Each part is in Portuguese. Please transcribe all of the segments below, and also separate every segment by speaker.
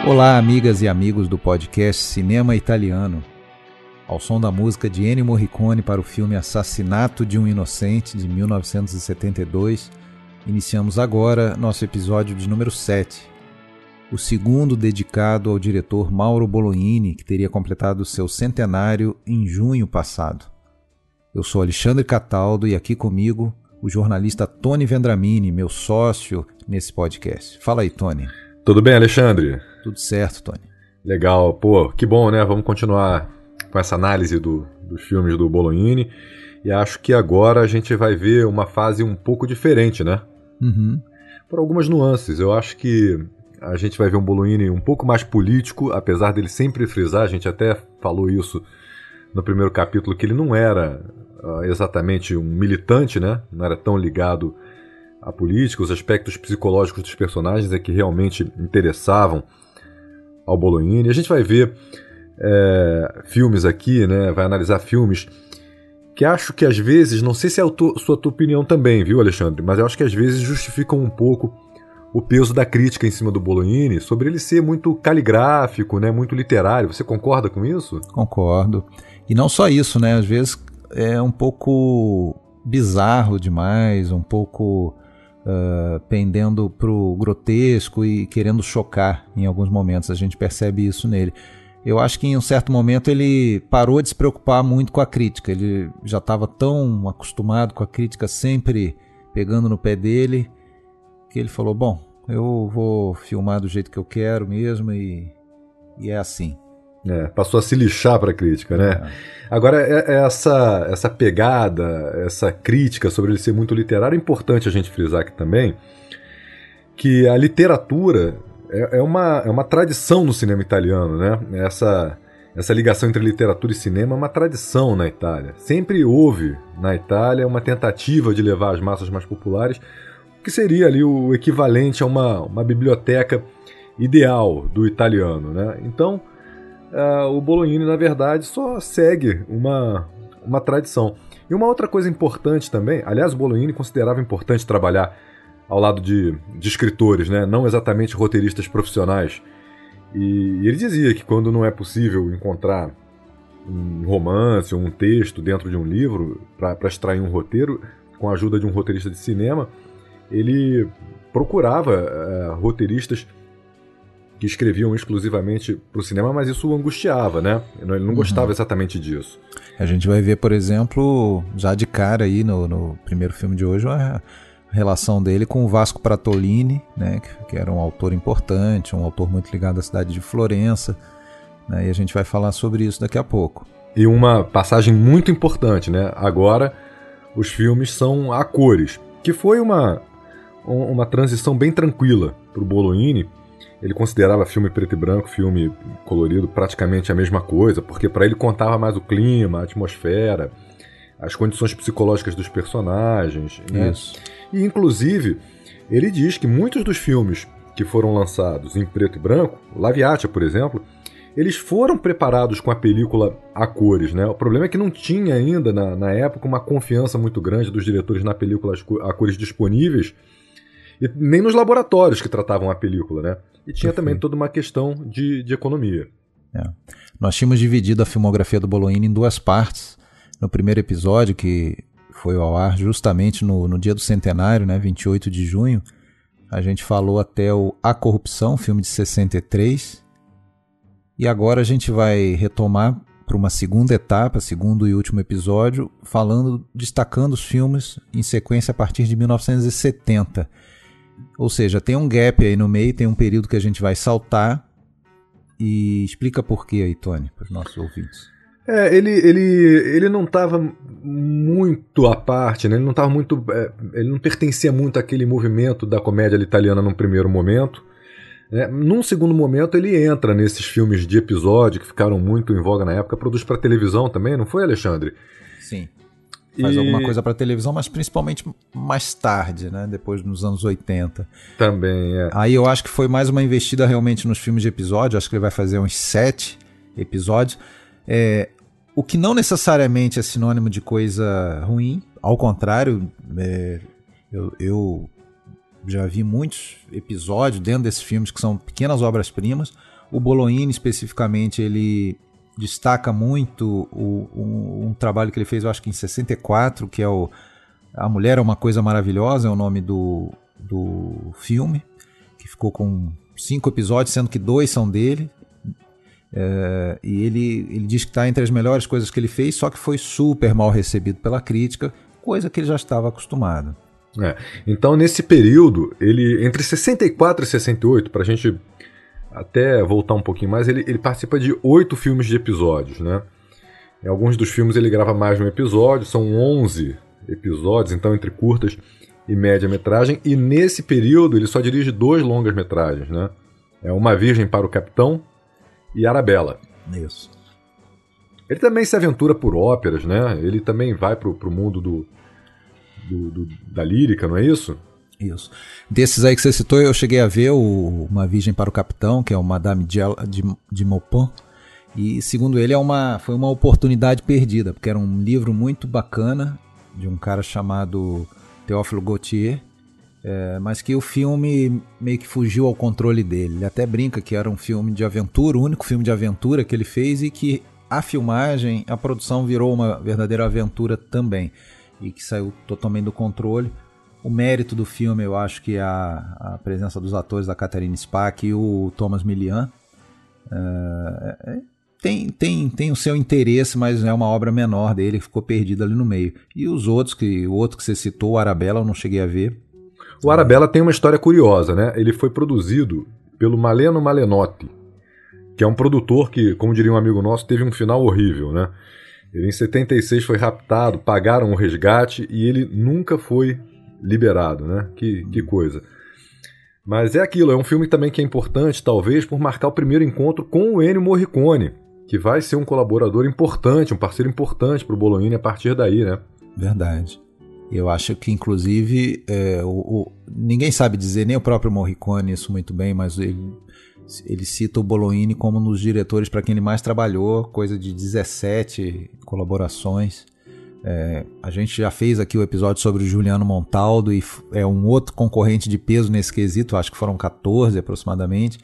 Speaker 1: Olá, amigas e amigos do podcast Cinema Italiano. Ao som da música de Ennio Morricone para o filme Assassinato de um Inocente, de 1972, iniciamos agora nosso episódio de número 7, o segundo dedicado ao diretor Mauro Bolognini, que teria completado seu centenário em junho passado. Eu sou Alexandre Cataldo e aqui comigo o jornalista Tony Vendramini, meu sócio nesse podcast. Fala aí, Tony.
Speaker 2: Tudo bem, Alexandre?
Speaker 1: Tudo certo, Tony.
Speaker 2: Legal, pô, que bom, né? Vamos continuar com essa análise dos filmes do Bolognini e acho que agora a gente vai ver uma fase um pouco diferente, né?
Speaker 1: Uhum.
Speaker 2: Por algumas nuances. Eu acho que a gente vai ver um Bolognini um pouco mais político, apesar dele sempre frisar, a gente até falou isso no primeiro capítulo, que ele não era exatamente um militante, né? Não era tão ligado à política, os aspectos psicológicos dos personagens é que realmente interessavam ao Bolognini. A gente vai ver filmes aqui, né? Vai analisar filmes que acho que às vezes, não sei se é a tua opinião também, viu, Alexandre? Mas eu acho que às vezes justificam um pouco o peso da crítica em cima do Bolognini, sobre ele ser muito caligráfico, né? Muito literário. Você concorda com isso?
Speaker 1: Concordo. E não só isso, né? Às vezes é um pouco bizarro demais, um pouco pendendo pro grotesco e querendo chocar em alguns momentos. A gente percebe isso nele. Eu acho que em um certo momento ele parou de se preocupar muito com a crítica. Ele já estava tão acostumado com a crítica sempre pegando no pé dele, que ele falou, bom, eu vou filmar do jeito que eu quero mesmo e é assim.
Speaker 2: Passou a se lixar para a crítica, né? Agora, essa pegada, essa crítica sobre ele ser muito literário, é importante a gente frisar aqui também, que a literatura é uma tradição no cinema italiano, né? Essa ligação entre literatura e cinema é uma tradição na Itália. Sempre houve na Itália uma tentativa de levar às massas mais populares o que seria ali o equivalente a uma biblioteca ideal do italiano, né? Então, o Bolognini, na verdade, só segue uma tradição. E uma outra coisa importante também, aliás, o Bolognini considerava importante trabalhar ao lado de escritores, né? Não exatamente roteiristas profissionais. E ele dizia que quando não é possível encontrar um romance ou um texto dentro de um livro para extrair um roteiro, com a ajuda de um roteirista de cinema, ele procurava roteiristas que escreviam exclusivamente para o cinema, mas isso o angustiava, né? Ele não gostava exatamente disso.
Speaker 1: A gente vai ver, por exemplo, já de cara aí no primeiro filme de hoje, a relação dele com o Vasco Pratolini, né? Que era um autor importante, um autor muito ligado à cidade de Florença, né? E a gente vai falar sobre isso daqui a pouco.
Speaker 2: E uma passagem muito importante, né? Agora os filmes são a cores, que foi uma transição bem tranquila para o Bolognini. Ele considerava filme preto e branco, filme colorido, praticamente a mesma coisa, porque para ele contava mais o clima, a atmosfera, as condições psicológicas dos personagens, né?
Speaker 1: Isso.
Speaker 2: E, inclusive, ele diz que muitos dos filmes que foram lançados em preto e branco, La Viatia, por exemplo, eles foram preparados com a película a cores, né? O problema é que não tinha ainda, na época, uma confiança muito grande dos diretores na película a cores disponíveis, e nem nos laboratórios que tratavam a película, né? E tinha também toda uma questão de economia.
Speaker 1: Nós tínhamos dividido a filmografia do Bolognini em duas partes. No primeiro episódio, que foi ao ar justamente no dia do centenário, né, 28 de junho, a gente falou até A Corrupção, filme de 63. E agora a gente vai retomar para uma segunda etapa, segundo e último episódio, destacando os filmes em sequência a partir de 1970. Ou seja, tem um gap aí no meio, tem um período que a gente vai saltar. E explica por quê aí, Tony, para os nossos ouvintes.
Speaker 2: Ele não estava muito à parte, né? Ele não estava muito, ele não pertencia muito àquele movimento da comédia italiana num primeiro momento, né? Num segundo momento ele entra nesses filmes de episódio que ficaram muito em voga na época, produz para televisão também, não foi, Alexandre?
Speaker 1: Sim. Faz alguma coisa para televisão, mas principalmente mais tarde, né? Depois nos anos 80.
Speaker 2: Também,
Speaker 1: Aí eu acho que foi mais uma investida realmente nos filmes de episódio, acho que ele vai fazer uns 7 episódios. O que não necessariamente é sinônimo de coisa ruim, ao contrário, eu já vi muitos episódios dentro desses filmes que são pequenas obras-primas. O Bolognini, especificamente, ele destaca muito um trabalho que ele fez, eu acho que em 64, que é A Mulher é uma Coisa Maravilhosa, é o nome do filme, que ficou com 5 episódios, sendo que 2 são dele. E ele diz que está entre as melhores coisas que ele fez, só que foi super mal recebido pela crítica, coisa que ele já estava acostumado.
Speaker 2: Então, nesse período, entre 64 e 68, para a gente até voltar um pouquinho mais, ele participa de 8 filmes de episódios, né? Em alguns dos filmes ele grava mais de um episódio, são 11 episódios, então entre curtas e média-metragem, e nesse período ele só dirige 2 longas-metragens, né? Uma Virgem para o Capitão e Arabella.
Speaker 1: Isso.
Speaker 2: Ele também se aventura por óperas, né? Ele também vai pro mundo da lírica, não é isso?
Speaker 1: Isso. Desses aí que você citou, eu cheguei a ver Uma Virgem para o Capitão, que é o Madame de Maupin, e segundo ele foi uma oportunidade perdida, porque era um livro muito bacana, de um cara chamado Théophile Gautier, mas que o filme meio que fugiu ao controle dele. Ele até brinca que era um filme de aventura, o único filme de aventura que ele fez, e que a filmagem, a produção virou uma verdadeira aventura também, e que saiu totalmente do controle. O mérito do filme, eu acho que é a presença dos atores da Catherine Spack e o Thomas Milian. Tem o seu interesse, mas é uma obra menor dele, que ficou perdida ali no meio. E os outros, o outro que você citou, o Arabella, eu não cheguei a ver.
Speaker 2: O Arabella tem uma história curiosa, né? Ele foi produzido pelo Maleno Malenotti, que é um produtor que, como diria um amigo nosso, teve um final horrível, né? Ele em 76 foi raptado, pagaram o resgate e ele nunca foi liberado, né? Que coisa. Mas é aquilo, é um filme também que é importante, talvez, por marcar o primeiro encontro com o Ennio Morricone, que vai ser um colaborador importante, um parceiro importante para o Bolognini a partir daí, né?
Speaker 1: Verdade. Eu acho que, inclusive, ninguém sabe dizer, nem o próprio Morricone isso muito bem, mas ele cita o Bolognini como um dos diretores para quem ele mais trabalhou, coisa de 17 colaborações. A gente já fez aqui o episódio sobre o Juliano Montaldo, e é um outro concorrente de peso nesse quesito, acho que foram 14 aproximadamente,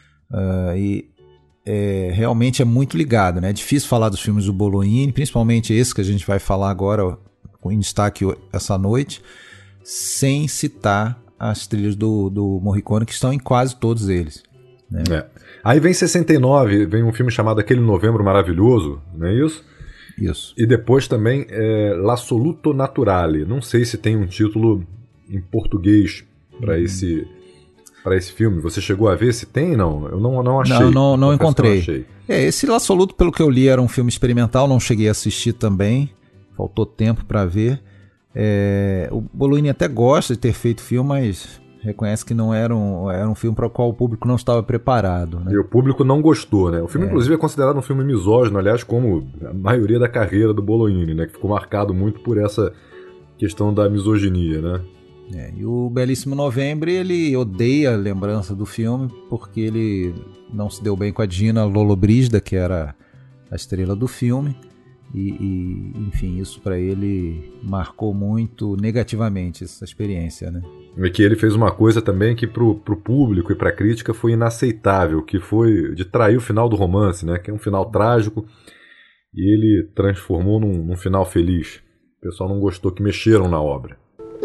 Speaker 1: realmente é muito ligado, né? É difícil falar dos filmes do Bolognini, principalmente esse que a gente vai falar agora em destaque essa noite, sem citar as trilhas do Morricone, que estão em quase todos eles, né?
Speaker 2: Aí vem 69, vem um filme chamado Aquele Novembro Maravilhoso, não é isso?
Speaker 1: Isso.
Speaker 2: E depois também L'Assoluto Naturale. Não sei se tem um título em português para esse filme. Você chegou a ver se tem? Não, eu não achei.
Speaker 1: Não encontrei. Achei. Esse L'Assoluto, pelo que eu li, era um filme experimental, não cheguei a assistir também. Faltou tempo para ver. O Bolognini até gosta de ter feito filme, mas reconhece que não era um filme para o qual o público não estava preparado, né?
Speaker 2: E o público não gostou, né? O filme, inclusive, é considerado um filme misógino, aliás, como a maioria da carreira do Bolognini, né? Que ficou marcado muito por essa questão da misoginia, né?
Speaker 1: E o Belíssimo Novembro, ele odeia a lembrança do filme porque ele não se deu bem com a Gina Lollobrigida, que era a estrela do filme. Enfim, isso para ele marcou muito negativamente essa experiência, né?
Speaker 2: E que ele fez uma coisa também que pro público e pra crítica foi inaceitável, que foi de trair o final do romance, né? Que é um final trágico, e ele transformou num final feliz. O pessoal não gostou, que mexeram na obra.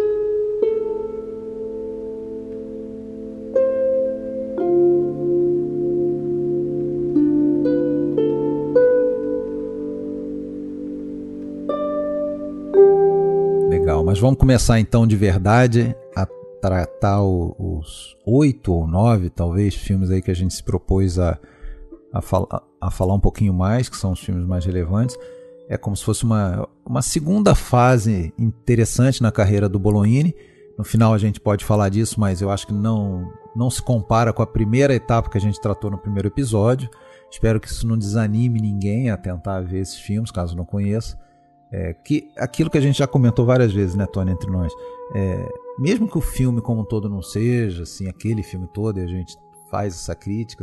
Speaker 1: Mas vamos começar então de verdade a tratar os 8 ou 9, talvez, filmes aí que a gente se propôs a falar um pouquinho mais, que são os filmes mais relevantes. É como se fosse uma segunda fase interessante na carreira do Bolognini. No final a gente pode falar disso, mas eu acho que não se compara com a primeira etapa que a gente tratou no primeiro episódio. Espero que isso não desanime ninguém a tentar ver esses filmes, caso não conheça. Que aquilo que a gente já comentou várias vezes, né, Tony, entre nós, mesmo que o filme como um todo não seja assim, aquele filme todo, e a gente faz essa crítica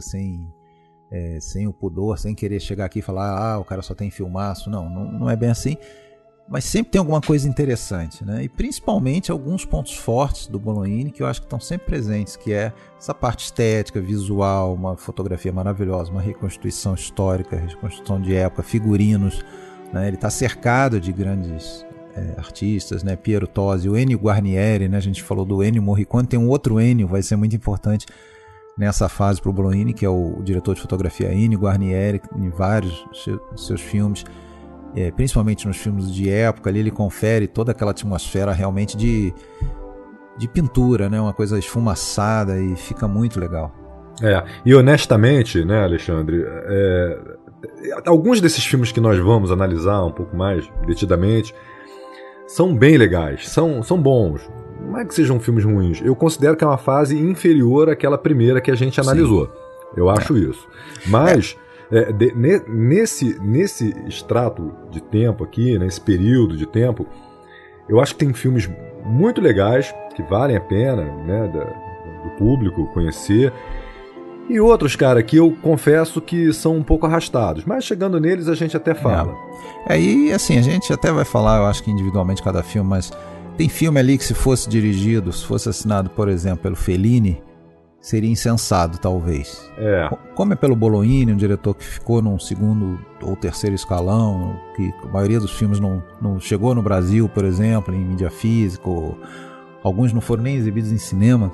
Speaker 1: sem o pudor, sem querer chegar aqui e falar, o cara só tem filmaço, não é bem assim. mas sempre tem alguma coisa interessante, né? E principalmente alguns pontos fortes do Bolognini que eu acho que estão sempre presentes, que é essa parte estética, visual, uma fotografia maravilhosa, uma reconstituição histórica, reconstituição de época, figurinos, né? Ele está cercado de grandes artistas, né? Piero Tosi, o Ennio Guarnieri, né? A gente falou do Ennio Morricone, tem um outro Ennio, vai ser muito importante nessa fase para o Bolognini, que é o diretor de fotografia Ennio Guarnieri, em vários seus filmes, principalmente nos filmes de época, ali ele confere toda aquela atmosfera realmente de pintura, né? Uma coisa esfumaçada e fica muito legal.
Speaker 2: E honestamente, né, Alexandre, alguns desses filmes que nós vamos analisar um pouco mais detidamente são bem legais, são bons. Não é que sejam filmes ruins. Eu considero que é uma fase inferior àquela primeira que a gente analisou. Sim. Eu acho isso. Mas nesse extrato de tempo aqui, nesse período de tempo, eu acho que tem filmes muito legais que valem a pena, né, do público conhecer, e outros, cara, que eu confesso que são um pouco arrastados, mas chegando neles a gente até fala.
Speaker 1: E assim, a gente até vai falar, eu acho que individualmente cada filme, mas tem filme ali que se fosse dirigido, se fosse assinado, por exemplo, pelo Fellini, seria insensado, talvez. Como é pelo Bolognini, um diretor que ficou num segundo ou terceiro escalão, que a maioria dos filmes não chegou no Brasil, por exemplo, em mídia física, ou alguns não foram nem exibidos em cinema,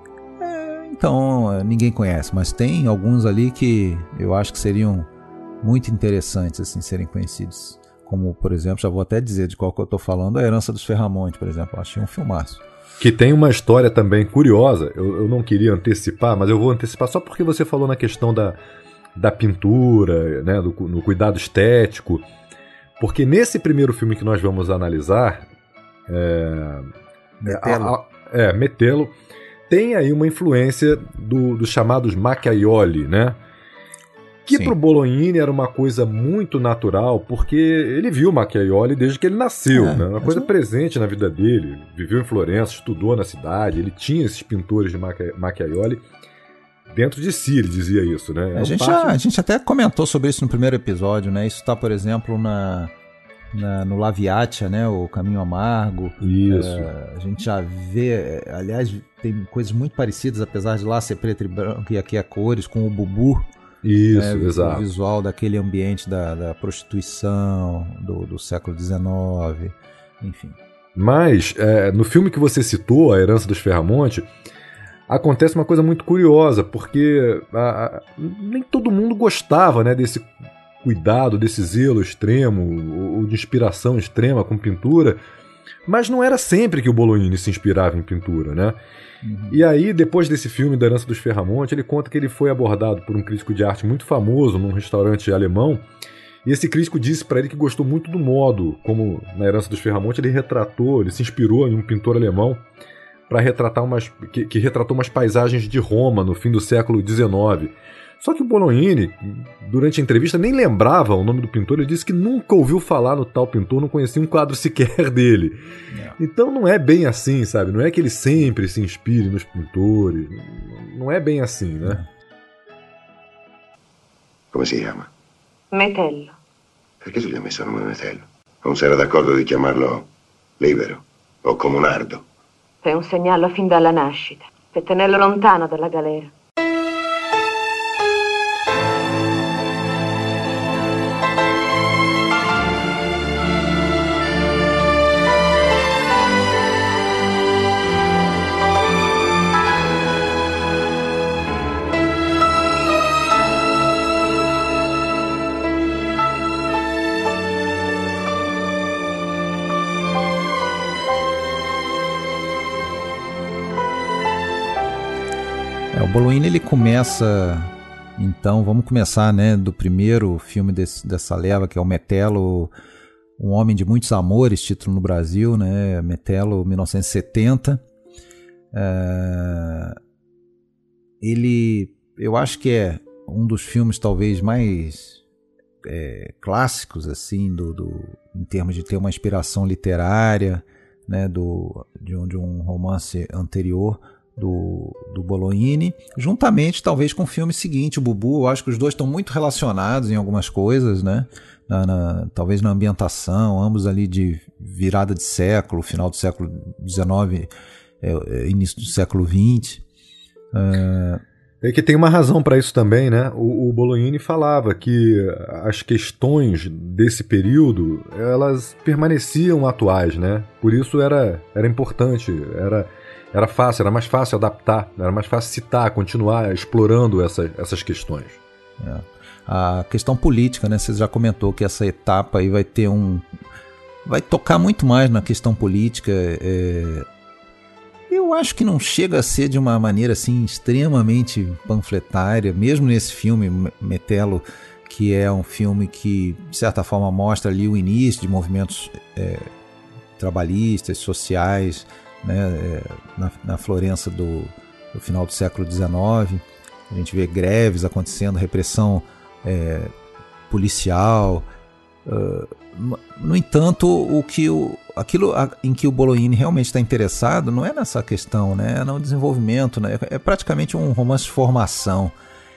Speaker 1: então ninguém conhece, mas tem alguns ali que eu acho que seriam muito interessantes assim, serem conhecidos. Como, por exemplo, já vou até dizer de qual que eu estou falando, A Herança dos Ferramonte, por exemplo, eu achei um filmaço.
Speaker 2: Que tem uma história também curiosa, eu não queria antecipar, mas eu vou antecipar só porque você falou na questão da pintura, né, no cuidado estético, porque nesse primeiro filme que nós vamos analisar, Metello, tem aí uma influência dos chamados Macchiaioli, né? Que para o Bolognini era uma coisa muito natural, porque ele viu Macchiaioli desde que ele nasceu, né? Uma coisa presente na vida dele. Viveu em Florença, estudou na cidade, ele tinha esses pintores de Macchiaioli dentro de si, ele dizia isso, né?
Speaker 1: A gente até comentou sobre isso no primeiro episódio, né? Isso está, por exemplo, no La Viaccia, né? O Caminho Amargo.
Speaker 2: Isso.
Speaker 1: A gente já vê, aliás, tem coisas muito parecidas, apesar de lá ser preto e branco e aqui a cores, com o Bubu.
Speaker 2: Isso, exato.
Speaker 1: O visual daquele ambiente da prostituição do século XIX, enfim.
Speaker 2: Mas, no filme que você citou, A Herança dos Ferramonte, acontece uma coisa muito curiosa, porque nem todo mundo gostava, né, desse cuidado, desse zelo extremo, ou de inspiração extrema com pintura, mas não era sempre que o Bolognini se inspirava em pintura, né? E aí, depois desse filme da Herança dos Ferramonte, ele conta que ele foi abordado por um crítico de arte muito famoso num restaurante alemão, e esse crítico disse para ele que gostou muito do modo como, na Herança dos Ferramonte, ele se inspirou em um pintor alemão para retratar que retratou umas paisagens de Roma no fim do século XIX. Só que o Bolognini, durante a entrevista, nem lembrava o nome do pintor. Ele disse que nunca ouviu falar no tal pintor, não conhecia um quadro sequer dele. Então não é bem assim, sabe? Não é que ele sempre se inspire nos pintores. Não é bem assim, né?
Speaker 3: Come si chiama?
Speaker 4: Metello.
Speaker 3: Perché tu gli hai messo il nome Metello? Non sei d'accordo di chiamarlo Libero o Comunardo?
Speaker 4: È un segnalo fin dalla nascita, per tenerlo lontano dalla galera.
Speaker 1: O Bolognini, ele começa, então, vamos começar, né, do primeiro filme dessa leva, que é o Metello, Um Homem de Muitos Amores, título no Brasil, né, Metello, 1970. Eu acho que é um dos filmes talvez mais clássicos, assim, em termos de ter uma inspiração literária, né, de um romance anterior, do Bolognini, juntamente talvez com o filme seguinte, o Bubu. Eu acho que os dois estão muito relacionados em algumas coisas, né? Talvez na ambientação, ambos ali de virada de século, final do século XIX, início do século XX.
Speaker 2: É que tem uma razão para isso também, né? O Bolognini falava que as questões desse período, elas permaneciam atuais, né? Por isso era importante, era fácil, era mais fácil adaptar, era mais fácil citar, continuar explorando essas questões.
Speaker 1: A questão política, né? Você já comentou que essa etapa aí vai tocar muito mais na questão política. Eu acho que não chega a ser de uma maneira assim extremamente panfletária, mesmo nesse filme Metelo, que é um filme que de certa forma mostra ali o início de movimentos trabalhistas, sociais, né, na Florença do final do século XIX. A gente vê greves acontecendo, repressão policial. No entanto, aquilo em que o Bolognini realmente está interessado não é nessa questão, né? É no desenvolvimento, né? É praticamente um romance de formação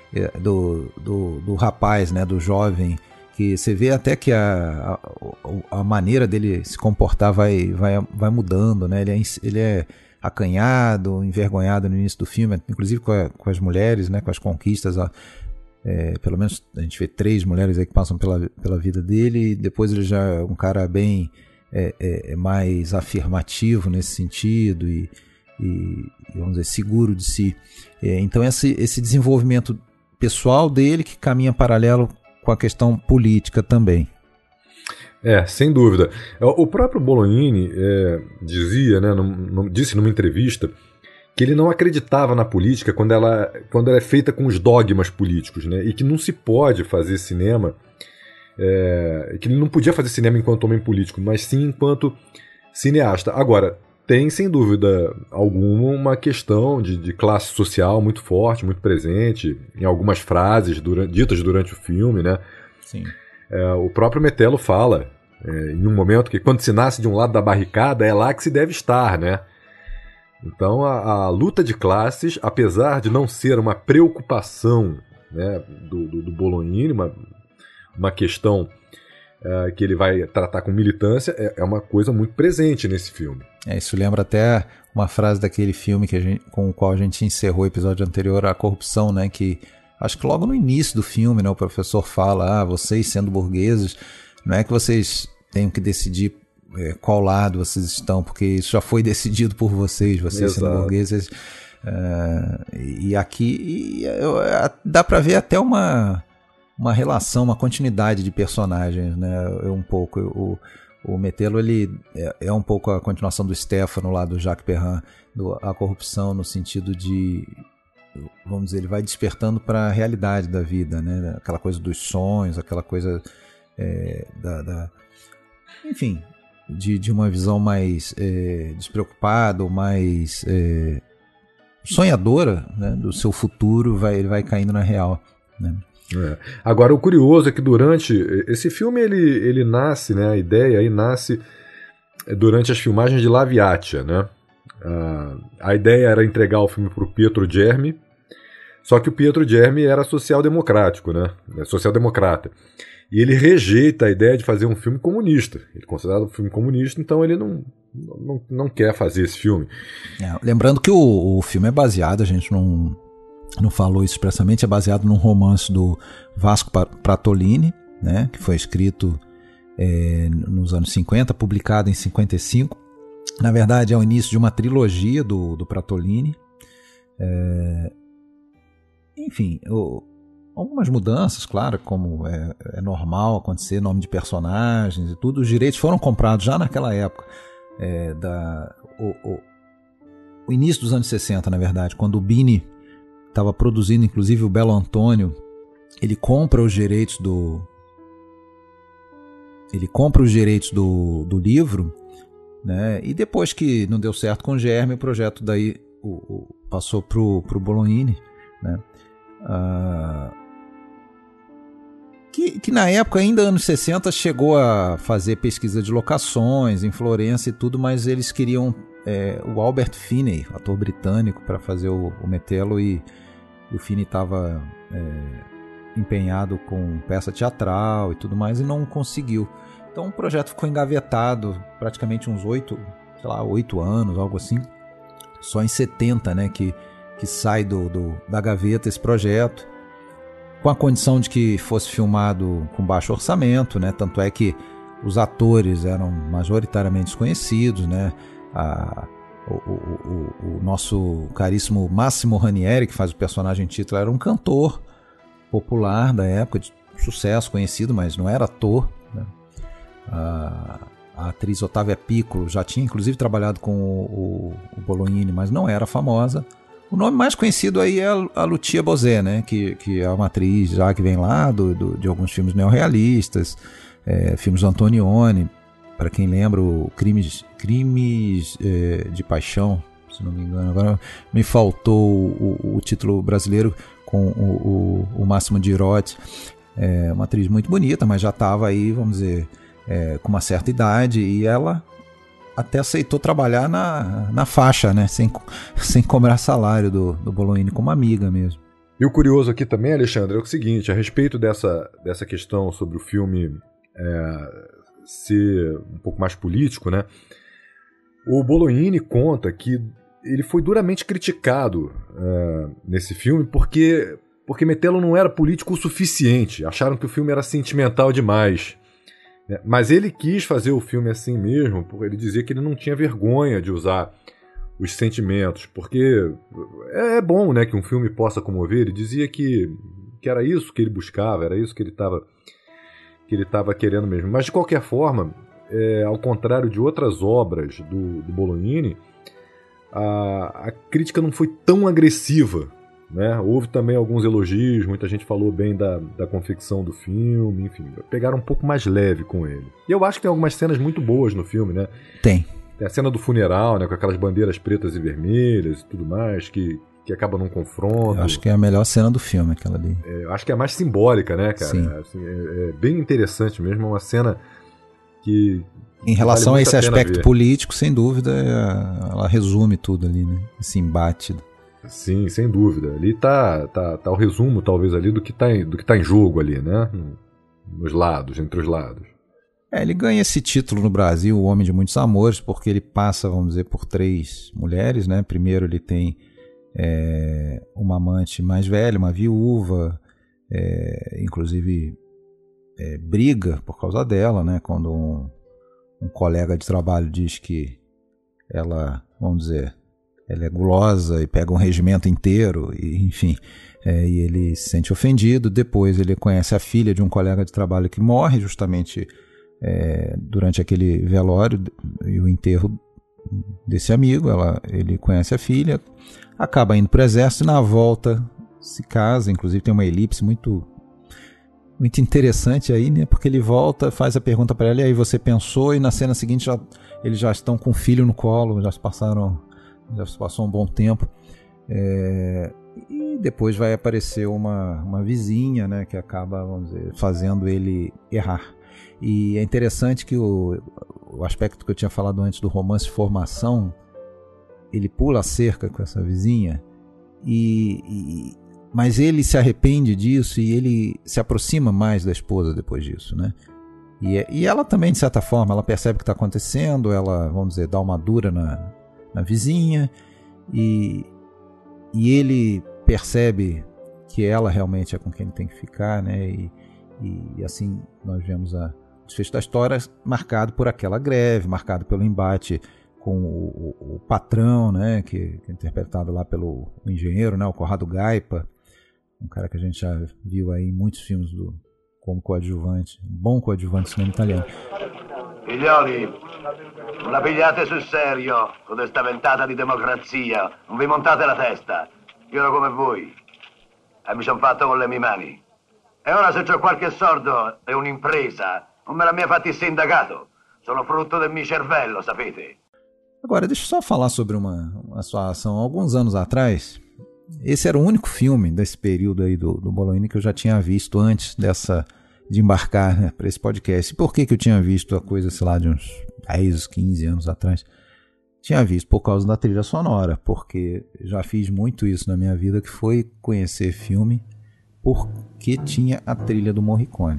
Speaker 1: do rapaz, né? Do jovem, que você vê até que a maneira dele se comportar vai mudando, né? Ele é acanhado, envergonhado no início do filme, inclusive com as mulheres, né? Com as conquistas. Pelo menos a gente vê 3 mulheres aí que passam pela vida dele, e depois ele já é um cara bem mais afirmativo nesse sentido e vamos dizer, seguro de si. Então esse desenvolvimento pessoal dele que caminha paralelo com a questão política também.
Speaker 2: Sem dúvida. O próprio Bolognini dizia, né, disse numa entrevista, que ele não acreditava na política quando ela é feita com os dogmas políticos, né? E que não se pode fazer cinema, que ele não podia fazer cinema enquanto homem político, mas sim enquanto cineasta. Agora, tem sem dúvida alguma uma questão de classe social muito forte, muito presente, em algumas frases ditas durante o filme, né?
Speaker 1: Sim.
Speaker 2: O próprio Metelo fala, em um momento, que quando se nasce de um lado da barricada, é lá que se deve estar, né? Então a luta de classes, apesar de não ser uma preocupação, né, do Bolognini, uma questão que ele vai tratar com militância, é uma coisa muito presente nesse filme.
Speaker 1: Isso lembra até uma frase daquele filme com o qual a gente encerrou o episódio anterior, A Corrupção, né, que acho que logo no início do filme, né, o professor fala, vocês sendo burgueses, não é que vocês tenham que decidir qual lado vocês estão, porque isso já foi decidido por vocês sendo burgueses. E aqui dá para ver até uma relação, uma continuidade de personagens, né? Um pouco. O Metelo, ele é um pouco a continuação do Stefano lá do Jacques Perrin, A Corrupção, no sentido de, vamos dizer, ele vai despertando para a realidade da vida, né? Aquela coisa dos sonhos, aquela coisa enfim, de uma visão mais despreocupada, mais sonhadora, né, do seu futuro, ele vai caindo na real, né?
Speaker 2: Agora, o curioso é que durante esse filme ele nasce, né, a ideia aí nasce durante as filmagens de La Viatia, né? A ideia era entregar o filme para o Pietro Germi, só que o Pietro Germi era social-democrático, né? Social-democrata. E ele rejeita a ideia de fazer um filme comunista. Ele é considerado um filme comunista, então ele não quer fazer esse filme.
Speaker 1: Lembrando que o filme é baseado, a gente não falou isso expressamente, é baseado num romance do Vasco Pratolini, né, que foi escrito nos anos 50, publicado em 55. Na verdade, é o início de uma trilogia do Pratolini. Enfim, algumas mudanças, claro, como é normal acontecer, nome de personagens e tudo. Os direitos foram comprados já naquela época, o início dos anos 60, na verdade, quando o Bini estava produzindo, inclusive, o Belo Antônio. Ele compra os direitos do livro, né? E depois que não deu certo com o Germi, o projeto daí passou pro Bolognini, né? Que na época, ainda anos 60, chegou a fazer pesquisa de locações em Florença e tudo, mas eles queriam o Albert Finney, ator britânico, para fazer o Metelo, e o Finney estava empenhado com peça teatral e tudo mais e não conseguiu. Então o projeto ficou engavetado praticamente uns 8 anos, algo assim. Só em 70, né, que sai da gaveta esse projeto, com a condição de que fosse filmado com baixo orçamento, né? Tanto é que os atores eram majoritariamente desconhecidos, né? O nosso caríssimo Massimo Ranieri, que faz o personagem título, era um cantor popular da época, de sucesso, conhecido, mas não era ator, né? A atriz Ottavia Piccolo já tinha inclusive trabalhado com o Bolognini, mas não era famosa. O nome mais conhecido aí é a Lucia Bosé, né? Que é uma atriz já que vem lá de alguns filmes neorrealistas, filmes do Antonioni, para quem lembra, o Crimes de Paixão, se não me engano. Agora me faltou o título brasileiro, com o Máximo de Irotti. Uma atriz muito bonita, mas já estava aí, vamos dizer, com uma certa idade, e ela até aceitou trabalhar na faixa, né? Sem cobrar salário do Bolognini, como amiga mesmo.
Speaker 2: E o curioso aqui também, Alexandre, é o seguinte, a respeito dessa questão sobre o filme ser um pouco mais político, né? O Bolognini conta que ele foi duramente criticado nesse filme porque Metelo não era político o suficiente. Acharam que o filme era sentimental demais. Mas ele quis fazer o filme assim mesmo, porque ele dizia que ele não tinha vergonha de usar os sentimentos, porque é bom, né, que um filme possa comover. Ele dizia que era isso que ele buscava, era isso que ele estava querendo mesmo. Mas de qualquer forma, ao contrário de outras obras do Bolognini, a crítica não foi tão agressiva, né? Houve também alguns elogios, muita gente falou bem da confecção do filme, enfim, pegaram um pouco mais leve com ele. E eu acho que tem algumas cenas muito boas no filme, né?
Speaker 1: Tem
Speaker 2: a cena do funeral, né, com aquelas bandeiras pretas e vermelhas e tudo mais, que acaba num confronto.
Speaker 1: Eu acho que é a melhor cena do filme, aquela ali.
Speaker 2: Eu acho que é a mais simbólica, né, cara?
Speaker 1: Sim.
Speaker 2: Assim, é bem interessante mesmo, é uma cena que...
Speaker 1: Em relação a esse aspecto político, sem dúvida, ela resume tudo ali, né? Esse embate.
Speaker 2: Sim, sem dúvida. Ali tá o resumo, talvez, ali do que tá em jogo ali, né? Nos lados, entre os lados.
Speaker 1: Ele ganha esse título no Brasil, O Homem de Muitos Amores, porque ele passa, vamos dizer, por 3 mulheres, né? Primeiro ele tem uma amante mais velha, uma viúva, inclusive briga por causa dela, né? Quando um colega de trabalho diz que ela, vamos dizer, ela é gulosa e pega um regimento inteiro, e, enfim, e ele se sente ofendido. Depois ele conhece a filha de um colega de trabalho que morre justamente durante aquele velório e o enterro desse amigo. Ele conhece a filha, acaba indo para o exército e na volta se casa. Inclusive tem uma elipse muito interessante aí, né? Porque ele volta, faz a pergunta para ela, e aí você pensou, e na cena seguinte eles já estão com o filho no colo, já se passou um bom tempo, e depois vai aparecer uma vizinha, né, que acaba, vamos dizer, fazendo ele errar. E é interessante que o aspecto que eu tinha falado antes do romance de formação, ele pula a cerca com essa vizinha, mas ele se arrepende disso e ele se aproxima mais da esposa depois disso, né? E ela também, de certa forma, ela percebe o que está acontecendo, ela, vamos dizer, dá uma dura na vizinha, e ele percebe que ela realmente é com quem ele tem que ficar, né? E assim nós vemos o desfecho da história marcado por aquela greve, marcado pelo embate com o patrão, né? Que é interpretado lá pelo engenheiro, né? O Corrado Gaipa, um cara que a gente já viu aí em muitos filmes como coadjuvante, um bom coadjuvante do cinema italiano.
Speaker 3: Figlioli, non la pigliate sul serio con questa ventata di democrazia, non vi montate la testa. Io ero come voi e mi sono fatto con le mie mani. E ora se c'ho qualche sordo e un'impresa, non me la mia fatti il sindacato. Sono frutto del mio cervello, sapete?
Speaker 1: Agora, deixa eu só falar sobre uma situação. Alguns anos atrás, esse era o único filme desse período aí do Bolognini que eu já tinha visto antes de embarcar, né, para esse podcast. Por que eu tinha visto a coisa, sei lá, de uns 10, 15 anos atrás? tinha visto por causa da trilha sonora, porque já fiz muito isso na minha vida, que foi conhecer filme porque tinha a trilha do Morricone.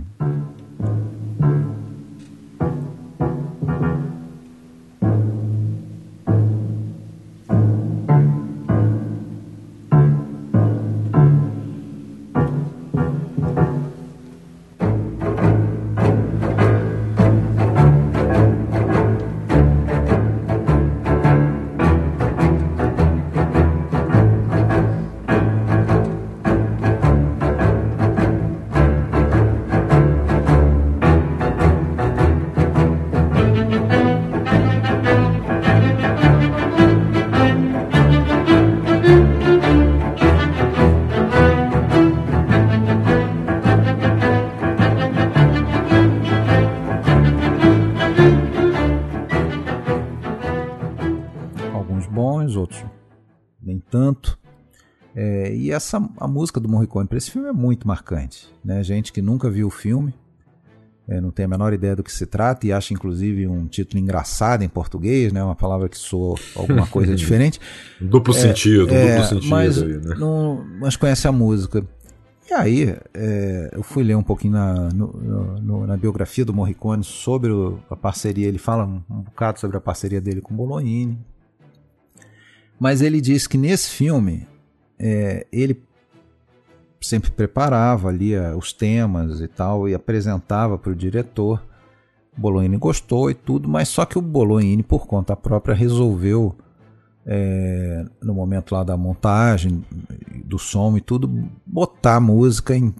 Speaker 1: Nem tanto. E a música do Morricone para esse filme é muito marcante, né? Gente que nunca viu o filme, não tem a menor ideia do que se trata e acha inclusive um título engraçado em português, né? Uma palavra que soa alguma coisa diferente.
Speaker 2: Duplo sentido
Speaker 1: mas,
Speaker 2: aí, né?
Speaker 1: Mas conhece a música. E aí eu fui ler um pouquinho na biografia do Morricone sobre a parceria. Ele fala um bocado sobre a parceria dele com Bolognini. Mas ele disse que nesse filme ele sempre preparava ali os temas e tal e apresentava para o diretor. O Bolognini gostou e tudo, mas só que o Bolognini, por conta própria, resolveu, no momento lá da montagem, do som e tudo, botar música em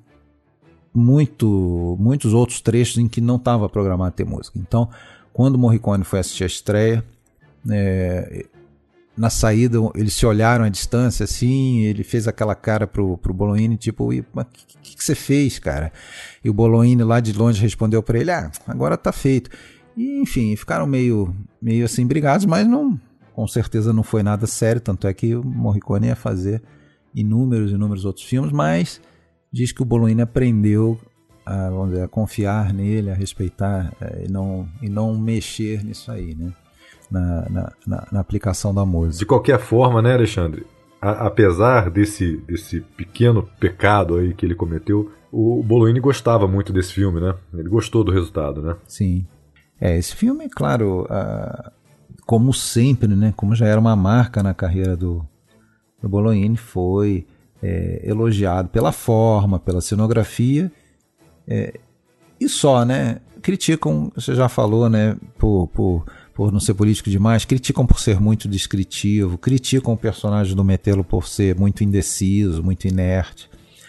Speaker 1: muitos outros trechos em que não estava programado ter música. Então, quando o Morricone foi assistir a estreia, na saída eles se olharam à distância assim, ele fez aquela cara pro Bolognini, tipo, mas o que você fez, cara? E o Bolognini lá de longe respondeu para ele, agora tá feito. E enfim, ficaram meio assim brigados, mas com certeza não foi nada sério, tanto é que o Morricone ia fazer inúmeros outros filmes, mas diz que o Bolognini aprendeu a confiar nele, a respeitar e não mexer nisso aí, né? Na aplicação da música.
Speaker 2: De qualquer forma, né, Alexandre? Apesar desse pequeno pecado aí que ele cometeu, o Bolognini gostava muito desse filme, né? Ele gostou do resultado, né?
Speaker 1: Sim. Esse filme, claro, como sempre, né? Como já era uma marca na carreira do Bolognini, foi elogiado pela forma, pela cenografia, e só, né? Criticam, você já falou, né? Por não ser político demais, criticam por ser muito descritivo, criticam o personagem do Metelo por ser muito indeciso, muito inerte.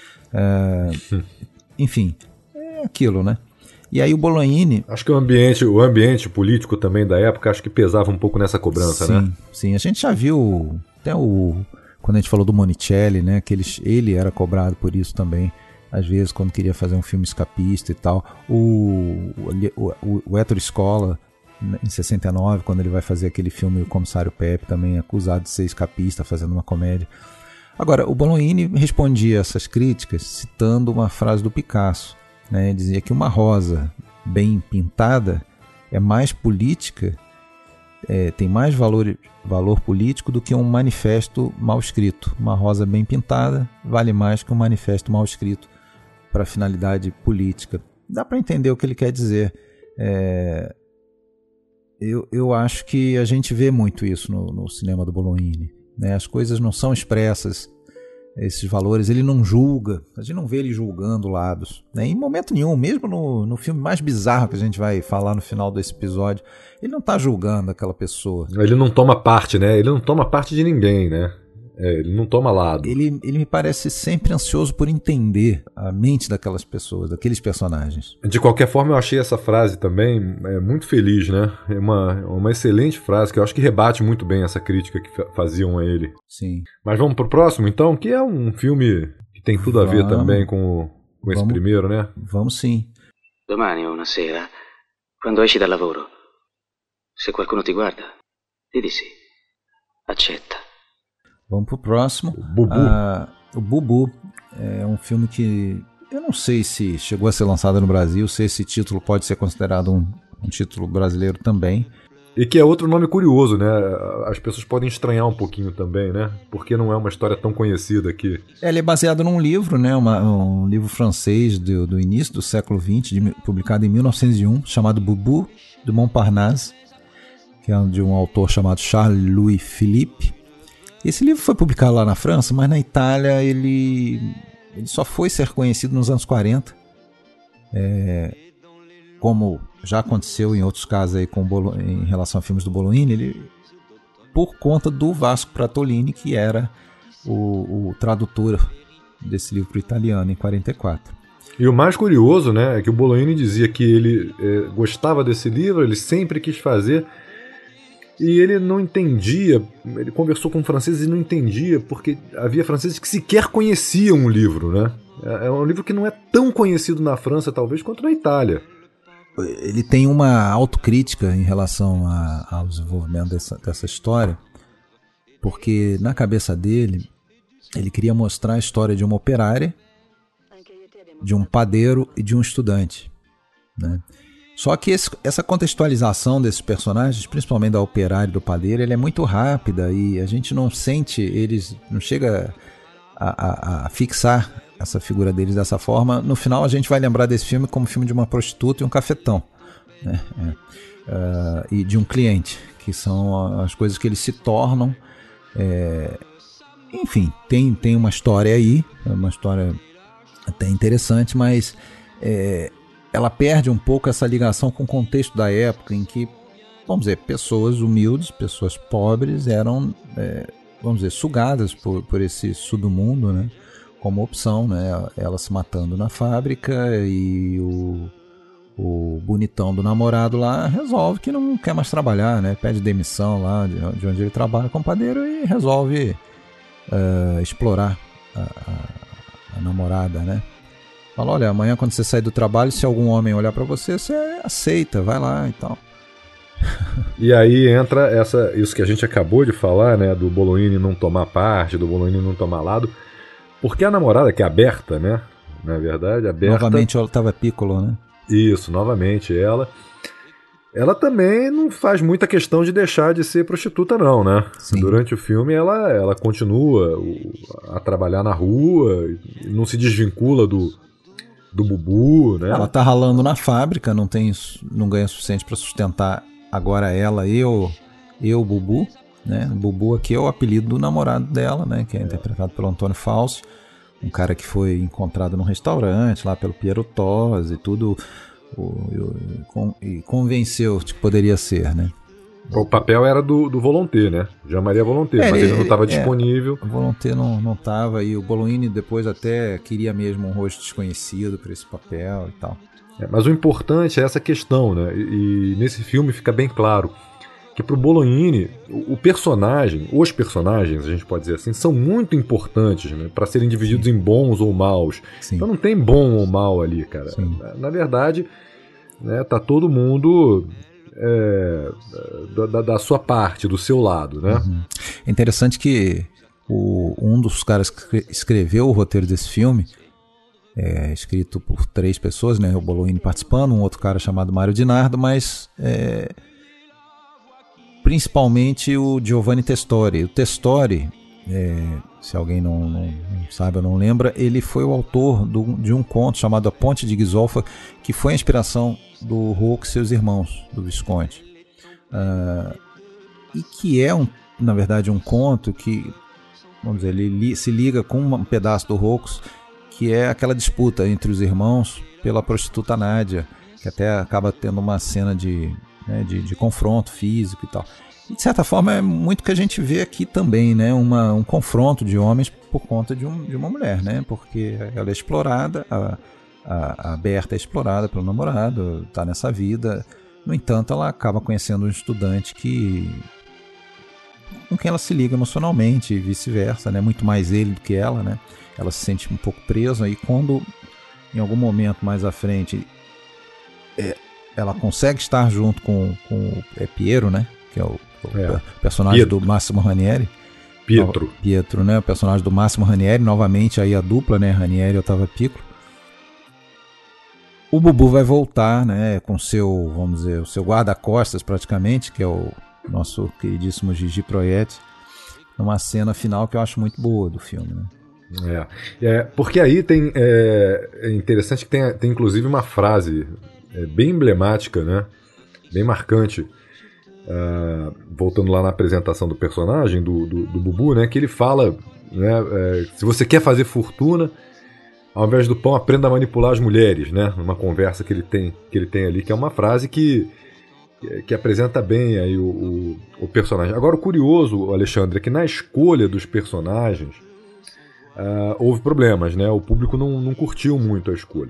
Speaker 1: Enfim, é aquilo, né? E aí o Bolognini...
Speaker 2: Acho que o ambiente político também da época, acho que pesava um pouco nessa cobrança, né?
Speaker 1: Sim, a gente já viu até quando a gente falou do Monicelli, né? Que ele era cobrado por isso também, às vezes quando queria fazer um filme escapista e tal. O Ettore Scola, em 69, quando ele vai fazer aquele filme O Comissário Pepe, também acusado de ser escapista, fazendo uma comédia. Agora, o Bolognini respondia a essas críticas citando uma frase do Picasso, né? Dizia que uma rosa bem pintada é mais política, tem mais valor político do que um manifesto mal escrito. Uma rosa bem pintada vale mais que um manifesto mal escrito para finalidade política. Dá para entender o que ele quer dizer. Eu acho que a gente vê muito isso no cinema do Bolognini, né? As coisas não são expressas, esses valores, ele não julga, a gente não vê ele julgando lados, né? Em momento nenhum, mesmo no filme mais bizarro que a gente vai falar no final desse episódio, ele não está julgando aquela pessoa.
Speaker 2: Ele não toma parte, né? Ele não toma parte de ninguém, né? Ele não toma lado.
Speaker 1: Ele me parece sempre ansioso por entender a mente daquelas pessoas, daqueles personagens.
Speaker 2: De qualquer forma, eu achei essa frase também muito feliz, né? É uma excelente frase que eu acho que rebate muito bem essa crítica que faziam a ele.
Speaker 1: Sim.
Speaker 2: Mas vamos pro próximo, então, que é um filme que tem tudo a ver também com esse primeiro, né?
Speaker 1: Vamos sim.
Speaker 5: Domani o una sera, quando esci dal lavoro, se qualcuno ti guarda, di sì. Accetta.
Speaker 1: Vamos pro próximo. O Bubu é um filme que eu não sei se chegou a ser lançado no Brasil, se esse título pode ser considerado um título brasileiro também.
Speaker 2: E que é outro nome curioso, né? As pessoas podem estranhar um pouquinho também, né? Porque não é uma história tão conhecida aqui.
Speaker 1: Ele é baseado num livro, né? Um livro francês do início do século XX, publicado em 1901, chamado Bubu de Montparnasse, que é de um autor chamado Charles-Louis Philippe. Esse livro foi publicado lá na França, mas na Itália ele só foi ser conhecido nos anos 40. Como já aconteceu em outros casos aí em relação a filmes do Bolognini, por conta do Vasco Pratolini, que era o tradutor desse livro para o italiano em 44.
Speaker 2: E o mais curioso, né, é que o Bolognini dizia que ele gostava desse livro, ele sempre quis fazer, e ele não entendia, ele conversou com franceses e não entendia, porque havia franceses que sequer conheciam o livro, né? É um livro que não é tão conhecido na França, talvez, quanto na Itália.
Speaker 1: Ele tem uma autocrítica em relação ao desenvolvimento dessa história, porque na cabeça dele, ele queria mostrar a história de uma operária, de um padeiro e de um estudante, né? Só que essa contextualização desses personagens, principalmente da operária e do padeiro, ele é muito rápida e a gente não sente eles, não chega a fixar essa figura deles dessa forma. No final a gente vai lembrar desse filme como filme de uma prostituta e um cafetão, né? E de um cliente, que são as coisas que eles se tornam. Enfim, tem uma história aí, uma história até interessante, mas ela perde um pouco essa ligação com o contexto da época em que, vamos dizer, pessoas humildes, pessoas pobres eram, vamos dizer, sugadas por esse submundo, né? Como opção, né? Ela se matando na fábrica e o bonitão do namorado lá resolve que não quer mais trabalhar, né? Pede demissão lá de onde ele trabalha como padeiro e resolve explorar a namorada, né? Fala, olha, amanhã quando você sair do trabalho, se algum homem olhar pra você, você aceita, vai lá e tal.
Speaker 2: E aí entra isso que a gente acabou de falar, né? Do Bolognini não tomar parte, do Bolognini não tomar lado. Porque a namorada, que é a Berta, né? Na é verdade, a Berta...
Speaker 1: Novamente ela estava Piccolo, né?
Speaker 2: Isso, novamente ela também não faz muita questão de deixar de ser prostituta, não, né? Sim. Durante o filme ela continua a trabalhar na rua, não se desvincula do Bubu, né?
Speaker 1: Ela tá ralando na fábrica, não ganha o suficiente para sustentar agora ela e o Bubu, né? O Bubu aqui é o apelido do namorado dela, né? Que é interpretado pelo Antônio Fauci, um cara que foi encontrado num restaurante lá pelo Piero Tosi e tudo, e convenceu de que poderia ser, né?
Speaker 2: O papel era do Volonté, né? Jean-Marie Volonté, mas ele não estava disponível.
Speaker 1: O Volonté não estava, e o Bolognini depois até queria mesmo um rosto desconhecido para esse papel e tal.
Speaker 2: Mas o importante é essa questão, né? E nesse filme fica bem claro que para o Bolognini, os personagens, a gente pode dizer assim, são muito importantes, né? Para serem divididos em bons ou maus. Sim. Então não tem bom ou mal ali, cara. Sim. Na verdade, né, tá todo mundo... da sua parte, do seu lado, né?
Speaker 1: Uhum. É interessante que um dos caras que escreveu o roteiro desse filme, escrito por 3 pessoas, né? O Bolognini participando, um outro cara chamado Mário Di Nardo, mas principalmente o Giovanni Testori. O Testori, se alguém não sabe ou não lembra, ele foi o autor de um conto chamado A Ponte de Ghisolfa, que foi a inspiração do Rocco e seus irmãos, do Visconti, e que é na verdade um conto que, vamos dizer, ele se liga com um pedaço do Rocco, que é aquela disputa entre os irmãos pela prostituta Nádia, que até acaba tendo uma cena de confronto físico e tal. E de certa forma é muito que a gente vê aqui também, né? Um confronto de homens por conta de uma mulher, né? Porque ela é explorada, a Berta é explorada pelo namorado, está nessa vida. No entanto, ela acaba conhecendo um estudante com quem ela se liga emocionalmente e vice-versa, né? Muito mais ele do que ela, né? Ela se sente um pouco presa, e quando em algum momento mais à frente ela consegue estar junto com o Piero, né? Que é o personagem Pietro. Do Massimo Ranieri. Pietro, né? O personagem do Massimo Ranieri, novamente aí a dupla, né? Ranieri e Ottavio Piccolo. O Bubu vai voltar, né, com seu, vamos dizer, o seu guarda-costas praticamente, que é o nosso queridíssimo Gigi Proietti, numa cena final que eu acho muito boa do filme, né?
Speaker 2: Porque aí é interessante que tem inclusive uma frase bem emblemática, né, bem marcante, voltando lá na apresentação do personagem, do Bubu, né, que ele fala, né, se você quer fazer fortuna, ao invés do pão, aprenda a manipular as mulheres, né? Numa conversa que ele tem ali, que é uma frase que apresenta bem aí o personagem. Agora, o curioso, Alexandre, é que na escolha dos personagens houve problemas, né? O público não curtiu muito a escolha.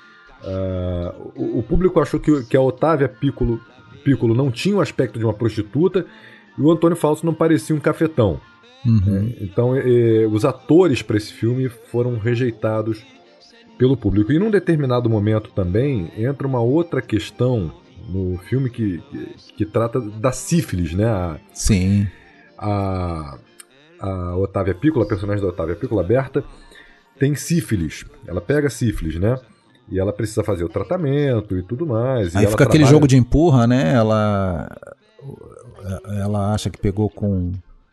Speaker 2: O público achou que a Otávia Piccolo não tinha o aspecto de uma prostituta e o Antônio Fausto não parecia um cafetão. Então, os atores para esse filme foram rejeitados pelo público. E num determinado momento também entra uma outra questão no filme que trata da sífilis, né?
Speaker 1: Sim.
Speaker 2: A Otávia Piccolo, a personagem da Otávia Piccolo, a Berta, tem sífilis. Ela pega sífilis, né? E ela precisa fazer o tratamento e tudo mais.
Speaker 1: Aí fica aquele jogo de empurra, né? Ela acha que pegou com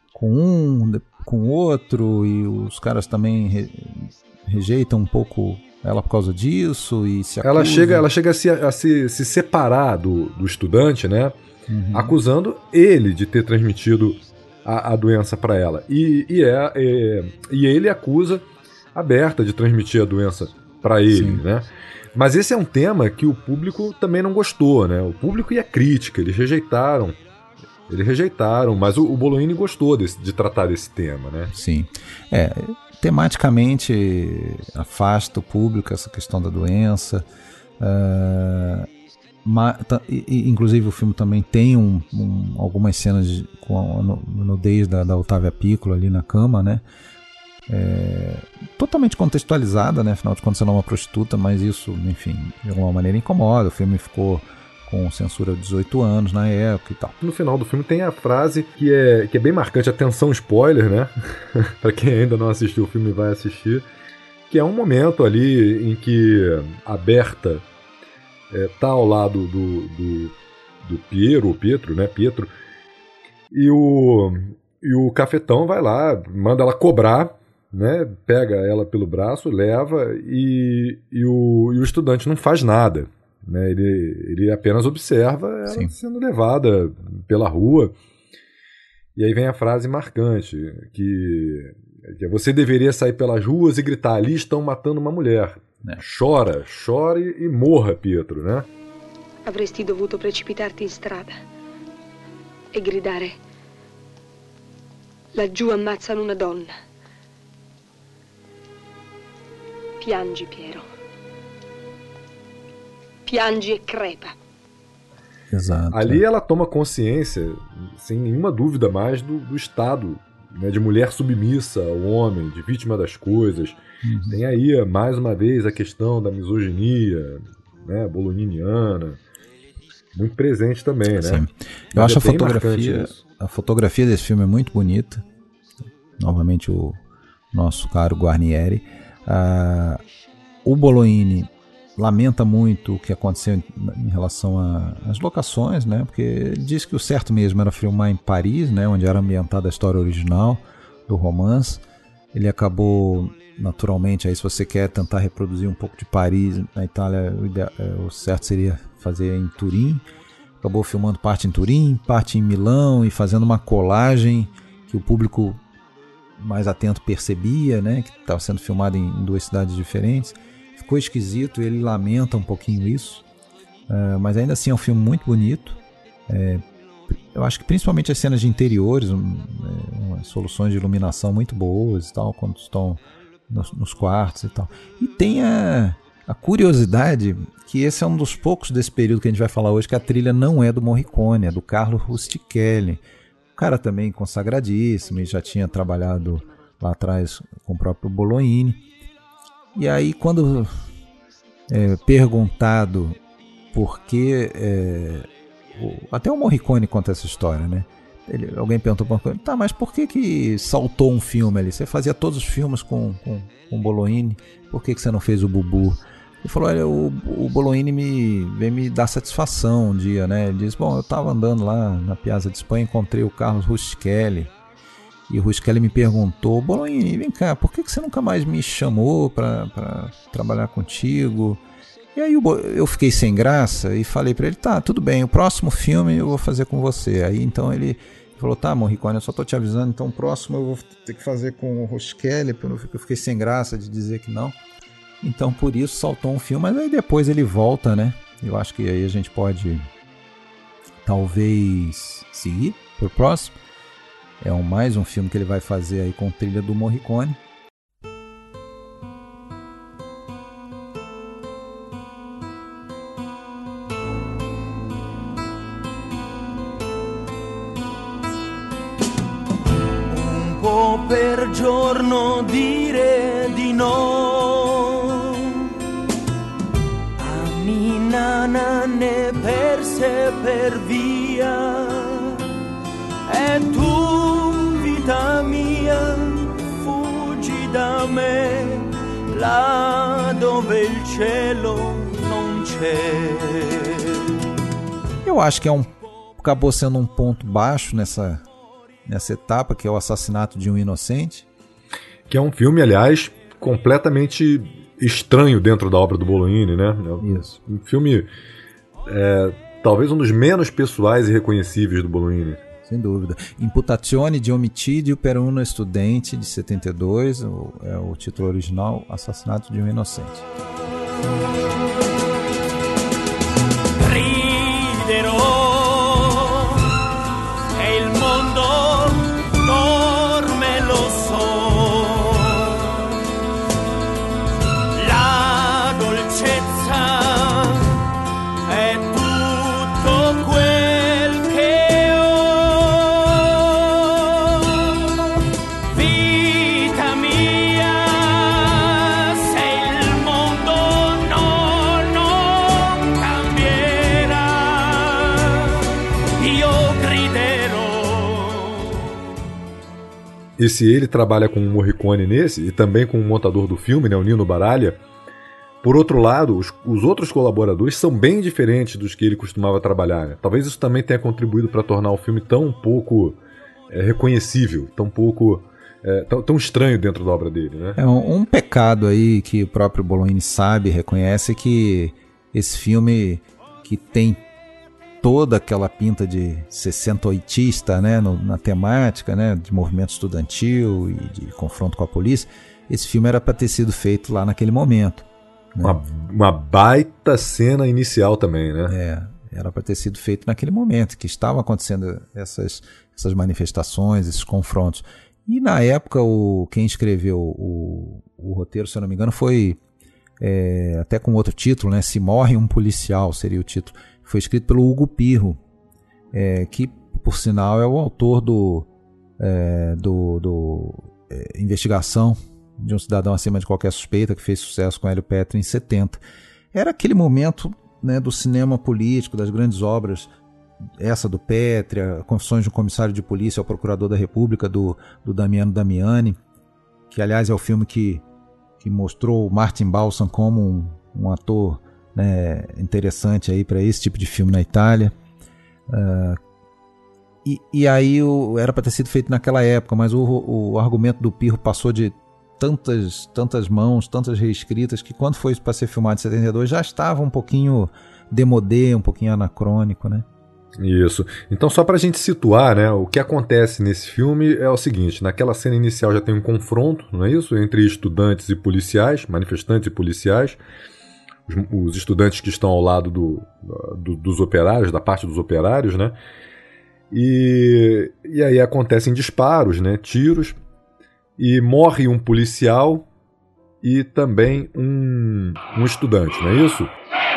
Speaker 1: o outro, e os caras também rejeitam um pouco ela por causa disso e se acusam.
Speaker 2: Ela chega a se separar do estudante, né? Acusando ele de ter transmitido a doença para ela. E ele acusa a Berta de transmitir a doença para ele,
Speaker 1: Sim.
Speaker 2: né? Mas esse é um tema que o público também não gostou, né? O público e a crítica, eles rejeitaram, mas o Bolognini gostou de tratar desse tema, né?
Speaker 1: Sim. Tematicamente afasta o público essa questão da doença. Inclusive o filme também tem algumas cenas com a nudez da Otávia Piccolo ali na cama, né? Totalmente contextualizada, né? Afinal de contas ela é uma prostituta, mas isso, enfim, de alguma maneira incomoda. O filme ficou com censura de 18 anos na época e tal.
Speaker 2: No final do filme tem a frase que é bem marcante, atenção spoiler, né? Para quem ainda não assistiu o filme vai assistir, que é um momento ali em que a Berta tá ao lado do Pietro, né? Pietro, e o cafetão vai lá, manda ela cobrar, né? Pega ela pelo braço, leva e o estudante não faz nada. Né, ele apenas observa ela
Speaker 1: Sim.
Speaker 2: sendo levada pela rua. E aí vem a frase marcante que você deveria sair pelas ruas e gritar: ali estão matando uma mulher. Chore e morra, Pietro, né?
Speaker 6: Avresti dovuto precipitarti in strada e gridare: laggiù ammazzano una donna. Piangi, Piero. Piangi e crepa.
Speaker 1: Exato.
Speaker 2: Ali ela toma consciência, sem nenhuma dúvida mais, do estado, né, de mulher submissa ao homem, de vítima das coisas. Tem aí, mais uma vez, a questão da misoginia, né, bologniniana, muito presente também, né?
Speaker 1: Sim. Eu acho a fotografia desse filme é muito bonita. Novamente o nosso caro Guarnieri. O Bolognini lamenta muito o que aconteceu em relação às locações, né? Porque ele disse que o certo mesmo era filmar em Paris, né? Onde era ambientada a história original do romance. Ele acabou, naturalmente, aí se você quer tentar reproduzir um pouco de Paris na Itália, o certo seria fazer em Turim. Acabou filmando parte em Turim, parte em Milão e fazendo uma colagem que o público mais atento percebia, né? Que estava sendo filmado em duas cidades diferentes. Ficou esquisito, ele lamenta um pouquinho isso, mas ainda assim é um filme muito bonito. Eu acho que principalmente as cenas de interiores, umas soluções de iluminação muito boas e tal, quando estão nos quartos e tal. E tem a curiosidade que esse é um dos poucos desse período que a gente vai falar hoje que a trilha não é do Morricone, é do Carlo Rustichelli. O cara também consagradíssimo e já tinha trabalhado lá atrás com o próprio Bolognini. E aí, quando perguntado por que... até o Morricone conta essa história, né? Alguém perguntou para ele, tá, mas por que saltou um filme ali? Você fazia todos os filmes com Bolognini, por que você não fez o Bubu? Ele falou, olha, o Bolognini veio me dar satisfação um dia, né? Ele disse, bom, eu estava andando lá na Piazza de Espanha, encontrei o Carlos Ruschelli. E o Ruschelli me perguntou, Bolognini, vem cá, por que você nunca mais me chamou para trabalhar contigo? E aí eu fiquei sem graça e falei para ele, tá, tudo bem, o próximo filme eu vou fazer com você. Aí então ele falou, tá, Morricone, eu só tô te avisando, então o próximo eu vou ter que fazer com o Ruschelli, porque eu fiquei sem graça de dizer que não. Então por isso saltou um filme, mas aí depois ele volta, né? Eu acho que aí a gente pode talvez seguir pro próximo. É mais um filme que ele vai fazer aí com trilha do Morricone.
Speaker 7: Un po' per giorno dire di no a Nina ne perse per via e tu, vita mia, fuggi da me là dove il cielo non c'è.
Speaker 1: Eu acho que acabou sendo um ponto baixo nessa etapa, que é o assassinato de um inocente.
Speaker 2: Que é um filme, aliás, completamente estranho dentro da obra do Bolognini, né?
Speaker 1: Isso.
Speaker 2: Um filme, talvez um dos menos pessoais e reconhecíveis do Bolognini.
Speaker 1: Sem dúvida. Imputazione di omicidio per uno studente, de 72, é o título original, Assassinato de um Inocente.
Speaker 7: Riderò e il mondo dorme, lo so. La dolcezza è tutto quel che ho. Vita mia, se il mondo non cambierà, io griderò.
Speaker 2: E se ele trabalha com o Morricone nesse, e também com o montador do filme, né, o Nino Baraglia, por outro lado, os outros colaboradores são bem diferentes dos que ele costumava trabalhar. Né? Talvez isso também tenha contribuído para tornar o filme tão pouco reconhecível, tão pouco tão estranho dentro da obra dele. Né?
Speaker 1: É um pecado aí que o próprio Bolognini sabe, reconhece, que esse filme, que tem toda aquela pinta de 68ista, né, na temática, né, de movimento estudantil e de confronto com a polícia, esse filme era para ter sido feito lá naquele momento. Né?
Speaker 2: Uma baita cena inicial também, né?
Speaker 1: Era para ter sido feito naquele momento, que estavam acontecendo essas manifestações, esses confrontos. E na época, quem escreveu o roteiro, se eu não me engano, foi até com outro título, né? Se Morre um Policial, seria o título. Foi escrito pelo Hugo Pirro, que, por sinal, é o autor do Investigação de um Cidadão Acima de Qualquer Suspeita, que fez sucesso com Hélio Petri em 70. Era aquele momento, né, do cinema político, das grandes obras, essa do Petri, Confissões de um Comissário de Polícia ao Procurador da República, do Damiano Damiani, que aliás é o filme que mostrou o Martin Balsam como um ator, né, interessante aí para esse tipo de filme na Itália. E aí era para ter sido feito naquela época, mas o argumento do Pirro passou de tantas mãos, tantas reescritas, que quando foi para ser filmado em 72 já estava um pouquinho demodê, um pouquinho anacrônico, né?
Speaker 2: Isso. Então, só para a gente situar, né, o que acontece nesse filme é o seguinte: naquela cena inicial já tem um confronto, não é isso? Entre estudantes e policiais, manifestantes e policiais. Os estudantes que estão ao lado dos operários, da parte dos operários, né? E aí acontecem disparos, né? Tiros, e morre um policial e também um estudante, não é isso?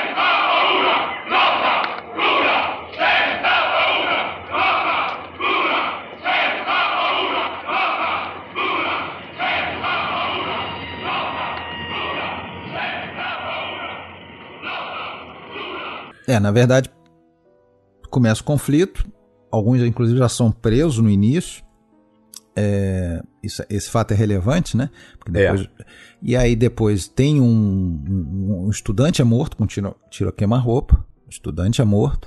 Speaker 1: Na verdade, começa o conflito, alguns inclusive já são presos no início, esse fato é relevante, né? Porque depois, e aí depois tem um estudante é morto com tiro a queima-roupa. O estudante é morto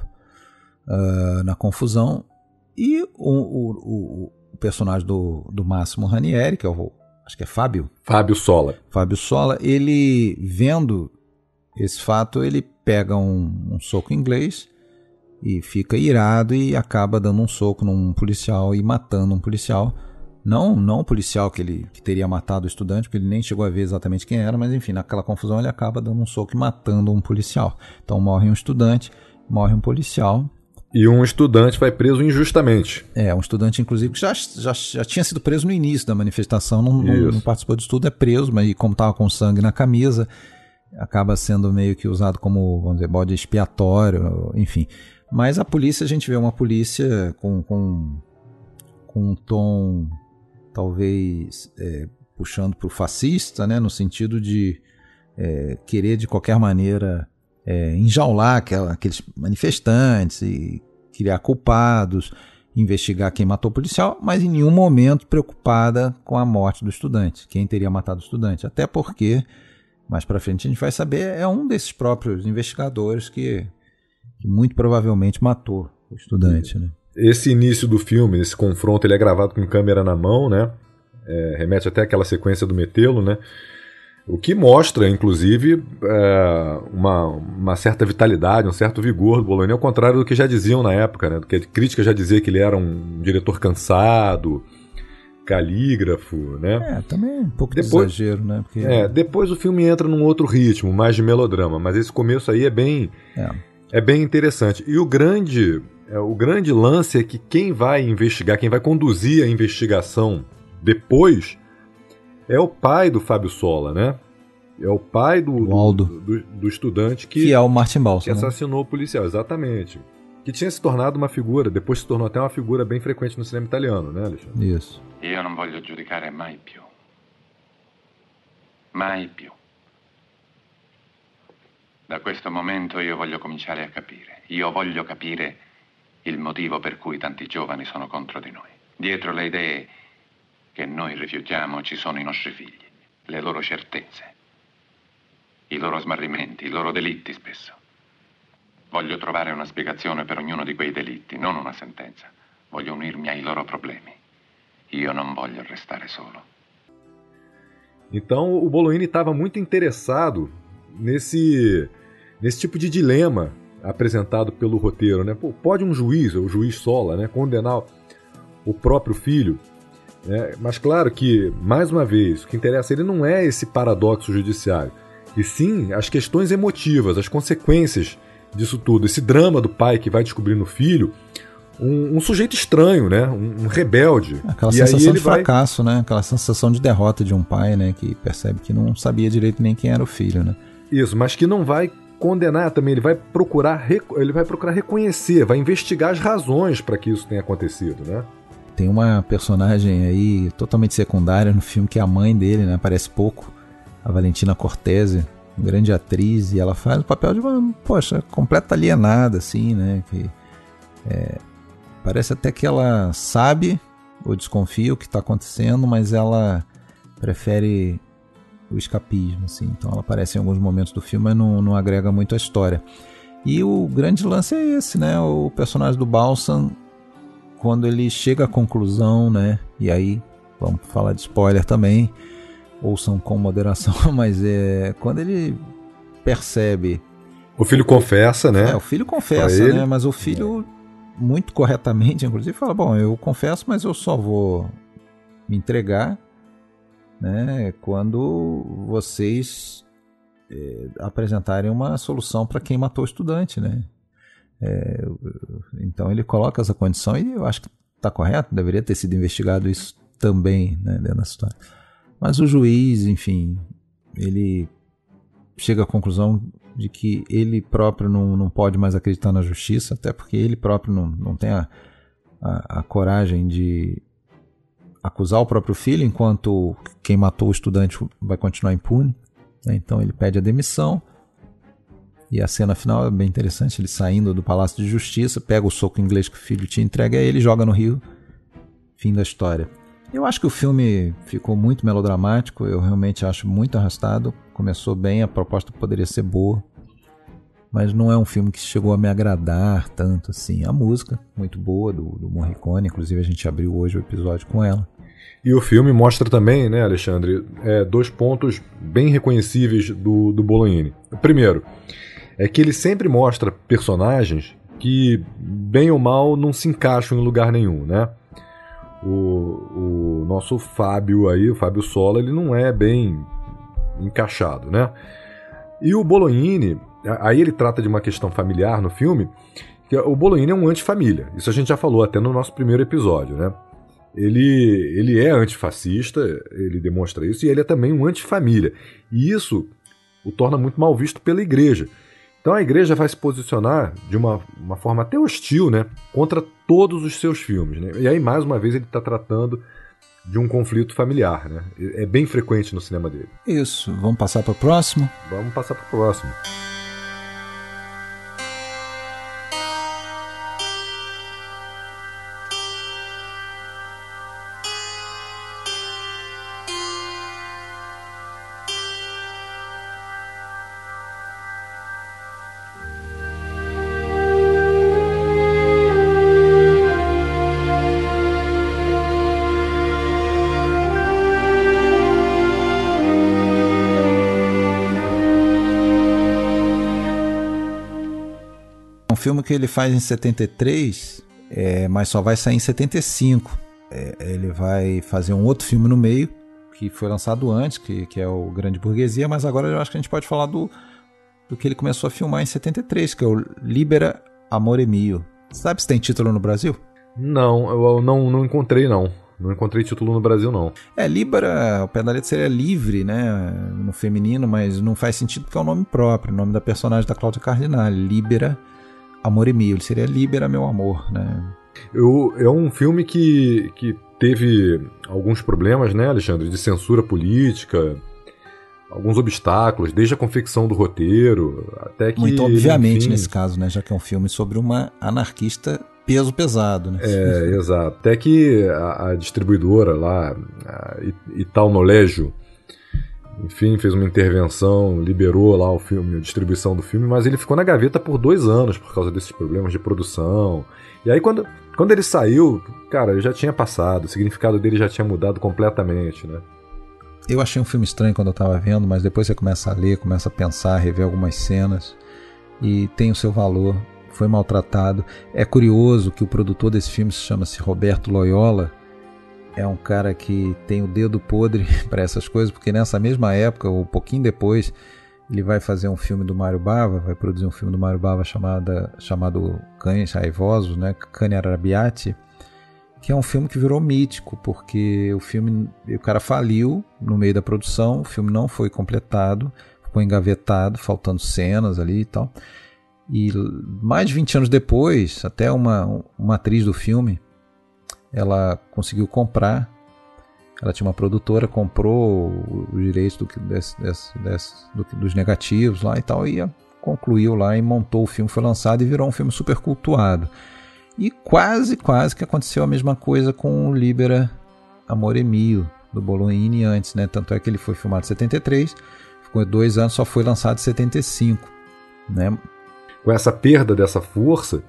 Speaker 1: na confusão. E o personagem do Máximo Ranieri, que acho que é Fábio Sola, ele vendo esse fato, ele pega um soco inglês e fica irado e acaba dando um soco num policial e matando um policial. Não o policial que teria matado o estudante, porque ele nem chegou a ver exatamente quem era, mas enfim, naquela confusão ele acaba dando um soco e matando um policial. Então morre um estudante, morre um policial.
Speaker 2: E um estudante vai preso injustamente.
Speaker 1: Um estudante, inclusive, que já tinha sido preso no início da manifestação, não participou do estudo, é preso, mas como estava com sangue na camisa, acaba sendo meio que usado como, vamos dizer, bode expiatório, enfim. Mas a polícia, a gente vê uma polícia com um tom, talvez, puxando para o fascista, né, no sentido de querer, de qualquer maneira, enjaular aqueles manifestantes e criar culpados, investigar quem matou o policial, mas em nenhum momento preocupada com a morte do estudante, quem teria matado o estudante. Até porque, mais para frente a gente vai saber, é um desses próprios investigadores que muito provavelmente matou o estudante, né?
Speaker 2: Esse início do filme, esse confronto, ele é gravado com câmera na mão, né? Remete até àquela sequência do Metelo, né? O que mostra, inclusive, uma certa vitalidade, um certo vigor do Bolognini, ao contrário do que já diziam na época, né? Do que a crítica já dizia que ele era um diretor cansado, calígrafo, né?
Speaker 1: Também um pouco de exagero, né? Porque...
Speaker 2: depois o filme entra num outro ritmo, mais de melodrama, mas esse começo aí é bem interessante. E o grande lance é que quem vai investigar, quem vai conduzir a investigação depois é o pai do Fábio Sola, né? É o pai do estudante que
Speaker 1: é o Martin Balsam,
Speaker 2: que assassinou o policial, exatamente. Que tinha se tornado uma figura, depois se tornou até uma figura bem frequente no cinema italiano, né, Alexandre?
Speaker 1: Isso.
Speaker 8: Io non voglio giudicare mai più. Mai più. Da questo momento io voglio cominciare a capire. Io voglio capire il motivo per cui tanti giovani sono contro di noi. Dietro le idee che noi rifiutiamo ci sono i nostri figli, le loro certezze, i loro smarrimenti, i loro delitti spesso. Voglio trovare una spiegazione per ognuno di quei delitti, non una sentenza. Voglio unirmi ai loro problemi. Io non voglio restare solo.
Speaker 2: Então o Bolognini estava muito interessado nesse tipo de dilema apresentado pelo roteiro, né? Pode um juiz, o juiz Sola, né, condenar o próprio filho? Mas claro que, mais uma vez, o que interessa ele não é esse paradoxo judiciário, e sim as questões emotivas, as consequências disso tudo, esse drama do pai que vai descobrir no filho um sujeito estranho, né? Um rebelde.
Speaker 1: Aquela sensação de fracasso, né? Aquela sensação de derrota de um pai, né? Que percebe que não sabia direito nem quem era o filho, né?
Speaker 2: Isso, mas que não vai condenar também, ele vai procurar reconhecer, vai investigar as razões para que isso tenha acontecido, né?
Speaker 1: Tem uma personagem aí totalmente secundária no filme que é a mãe dele, né? Aparece pouco, a Valentina Cortese, uma grande atriz, e ela faz o papel de uma, completa alienada, assim, né? Que parece até que ela sabe ou desconfia o que está acontecendo, mas ela prefere o escapismo, assim. Então ela aparece em alguns momentos do filme, mas não agrega muito a história. E o grande lance é esse, né? O personagem do Balsam, quando ele chega à conclusão, né? E aí, vamos falar de spoiler também, ouçam com moderação, mas quando ele percebe...
Speaker 2: O filho confessa, né?
Speaker 1: O filho confessa, né? Mas o filho, muito corretamente, inclusive, fala, bom, eu confesso, mas eu só vou me entregar, né, quando vocês apresentarem uma solução para quem matou o estudante, né? Então ele coloca essa condição e eu acho que está correto, deveria ter sido investigado isso também, né, dentro da história. Mas o juiz, enfim, ele chega à conclusão de que ele próprio não pode mais acreditar na justiça, até porque ele próprio não tem a coragem de acusar o próprio filho, enquanto quem matou o estudante vai continuar impune, né? Então ele pede a demissão. E a cena final é bem interessante, ele saindo do Palácio de Justiça, pega o soco inglês que o filho tinha entregue a ele, joga no rio, fim da história. Eu acho que o filme ficou muito melodramático, eu realmente acho muito arrastado. Começou bem, a proposta poderia ser boa, mas não é um filme que chegou a me agradar tanto assim. A música, muito boa, do Morricone, inclusive a gente abriu hoje o episódio com ela.
Speaker 2: E o filme mostra também, né, Alexandre, 2 pontos bem reconhecíveis do Bolognini. O primeiro é que ele sempre mostra personagens que, bem ou mal, não se encaixam em lugar nenhum, né? O nosso Fábio aí, o Fábio Sola, ele não é bem encaixado, né? E o Bolognini, aí ele trata de uma questão familiar no filme, que o Bolognini é um antifamília. Isso a gente já falou até no nosso primeiro episódio, né? Ele é antifascista, ele demonstra isso, e ele é também um antifamília. E isso o torna muito mal visto pela igreja. Então a igreja vai se posicionar de uma forma até hostil, né, contra todos os seus filmes, né? E aí, mais uma vez, ele está tratando de um conflito familiar, né? É bem frequente no cinema dele.
Speaker 1: Isso, vamos passar para o próximo?
Speaker 2: Vamos passar para o próximo.
Speaker 1: Filme que ele faz em 73, mas só vai sair em 75. Ele vai fazer um outro filme no meio, que foi lançado antes, que é o Grande Burguesia, mas agora eu acho que a gente pode falar do que ele começou a filmar em 73, que é o Libera, Amore Mio. Sabe se tem título no Brasil?
Speaker 2: Não, eu não encontrei, não. Não encontrei título no Brasil, não.
Speaker 1: Libera, o pé da letra seria livre, né, no feminino, mas não faz sentido porque é o nome próprio, o nome da personagem da Cláudia Cardinale, Libera, Amore Mio, ele seria Libera, Meu Amor, né?
Speaker 2: É um filme que teve alguns problemas, né, Alexandre, de censura política, alguns obstáculos, desde a confecção do roteiro, até que...
Speaker 1: Muito obviamente, enfim, nesse caso, né, já que é um filme sobre uma anarquista peso pesado, né?
Speaker 2: Exato. Até que a distribuidora lá, a Ital Nolejo, enfim, fez uma intervenção, liberou lá o filme, a distribuição do filme, mas ele ficou na gaveta por 2 anos por causa desses problemas de produção. E aí quando ele saiu, cara, ele já tinha passado, o significado dele já tinha mudado completamente, né?
Speaker 1: Eu achei um filme estranho quando eu tava vendo, mas depois você começa a ler, começa a pensar, rever algumas cenas e tem o seu valor. Foi maltratado. É curioso que o produtor desse filme chama-se Roberto Loyola. É um cara que tem o dedo podre para essas coisas, porque nessa mesma época, ou um pouquinho depois, ele vai fazer um filme do Mário Bava, vai produzir um filme do Mário Bava chamado Cães Raivosos, né? Cane Arrabbiati, que é um filme que virou mítico, porque o cara faliu no meio da produção, o filme não foi completado, ficou engavetado, faltando cenas ali e tal. E mais de 20 anos depois, até uma atriz do filme, ela conseguiu comprar, ela tinha uma produtora, comprou os direitos dos negativos lá e tal, e concluiu lá e montou o filme, foi lançado e virou um filme super cultuado. E quase que aconteceu a mesma coisa com o Libera, Amore Mio, do Bolognini antes, né? Tanto é que ele foi filmado em 73, ficou 2 anos, só foi lançado em 75, né?
Speaker 2: Com essa perda dessa força,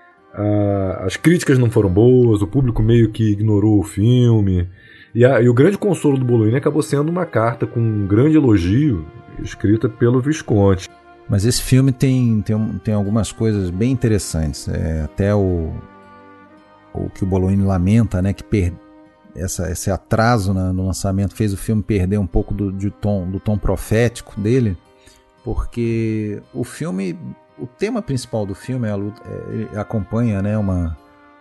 Speaker 2: as críticas não foram boas, o público meio que ignorou o filme, e o grande consolo do Bolognini acabou sendo uma carta com um grande elogio escrita pelo Visconti.
Speaker 1: Mas esse filme tem algumas coisas bem interessantes, até o que o Bolognini lamenta, né, que esse atraso no lançamento fez o filme perder um pouco do tom profético dele, porque o tema principal do filme é a luta, acompanha, né, uma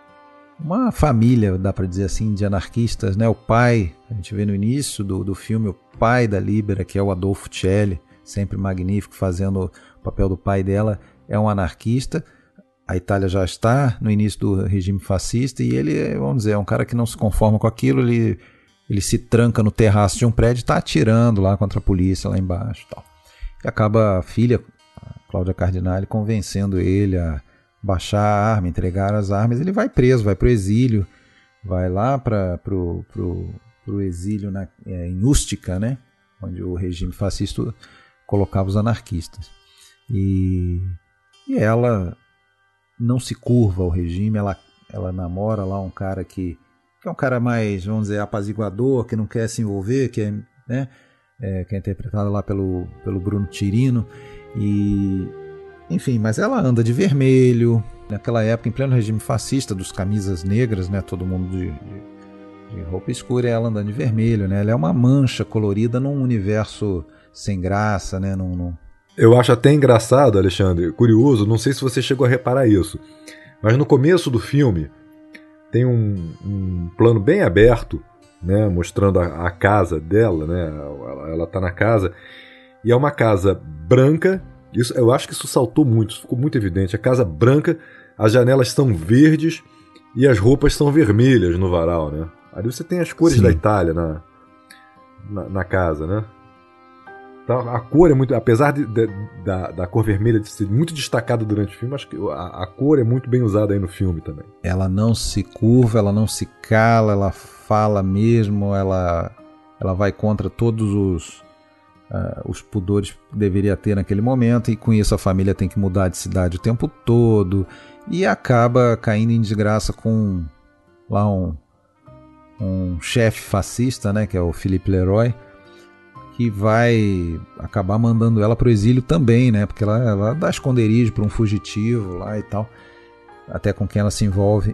Speaker 1: família, dá para dizer assim, de anarquistas, né? O pai, a gente vê no início do filme, o pai da Libera, que é o Adolfo Celli, sempre magnífico, fazendo o papel do pai dela, é um anarquista. A Itália já está no início do regime fascista e ele, vamos dizer, é um cara que não se conforma com aquilo, ele se tranca no terraço de um prédio e está atirando lá contra a polícia lá embaixo, tal. E acaba a filha, Cláudia Cardinale, convencendo ele a baixar a arma, entregar as armas. Ele vai preso, vai para o exílio, vai lá para o exílio em Ústica, né? Onde o regime fascista colocava os anarquistas. E ela não se curva ao regime, ela namora lá um cara que é um cara mais, vamos dizer, apaziguador, que não quer se envolver, que é interpretado lá pelo Bruno Tirino. Enfim, mas ela anda de vermelho. Naquela época, em pleno regime fascista, dos camisas negras, né, todo mundo de roupa escura, e ela andando de vermelho, né? Ela é uma mancha colorida num universo sem graça, né?
Speaker 2: Eu acho até engraçado, Alexandre, curioso, não sei se você chegou a reparar isso, mas no começo do filme tem um plano bem aberto, né, mostrando a casa dela, né? Ela tá na casa, e é uma casa branca. Eu acho que isso saltou muito, isso ficou muito evidente. A casa branca, as janelas são verdes e as roupas são vermelhas no varal, né? Ali você tem as cores da Itália na casa, né? Então, a cor é muito... Apesar da cor vermelha de ser muito destacada durante o filme, acho que a cor é muito bem usada aí no filme também.
Speaker 1: Ela não se curva, ela não se cala, ela fala mesmo, ela vai contra todos os pudores que deveria ter naquele momento, e com isso a família tem que mudar de cidade o tempo todo, e acaba caindo em desgraça com lá um chefe fascista, né, que é o Philippe Leroy, que vai acabar mandando ela para o exílio também, né, porque ela dá esconderijo para um fugitivo lá e tal, até com quem ela se envolve.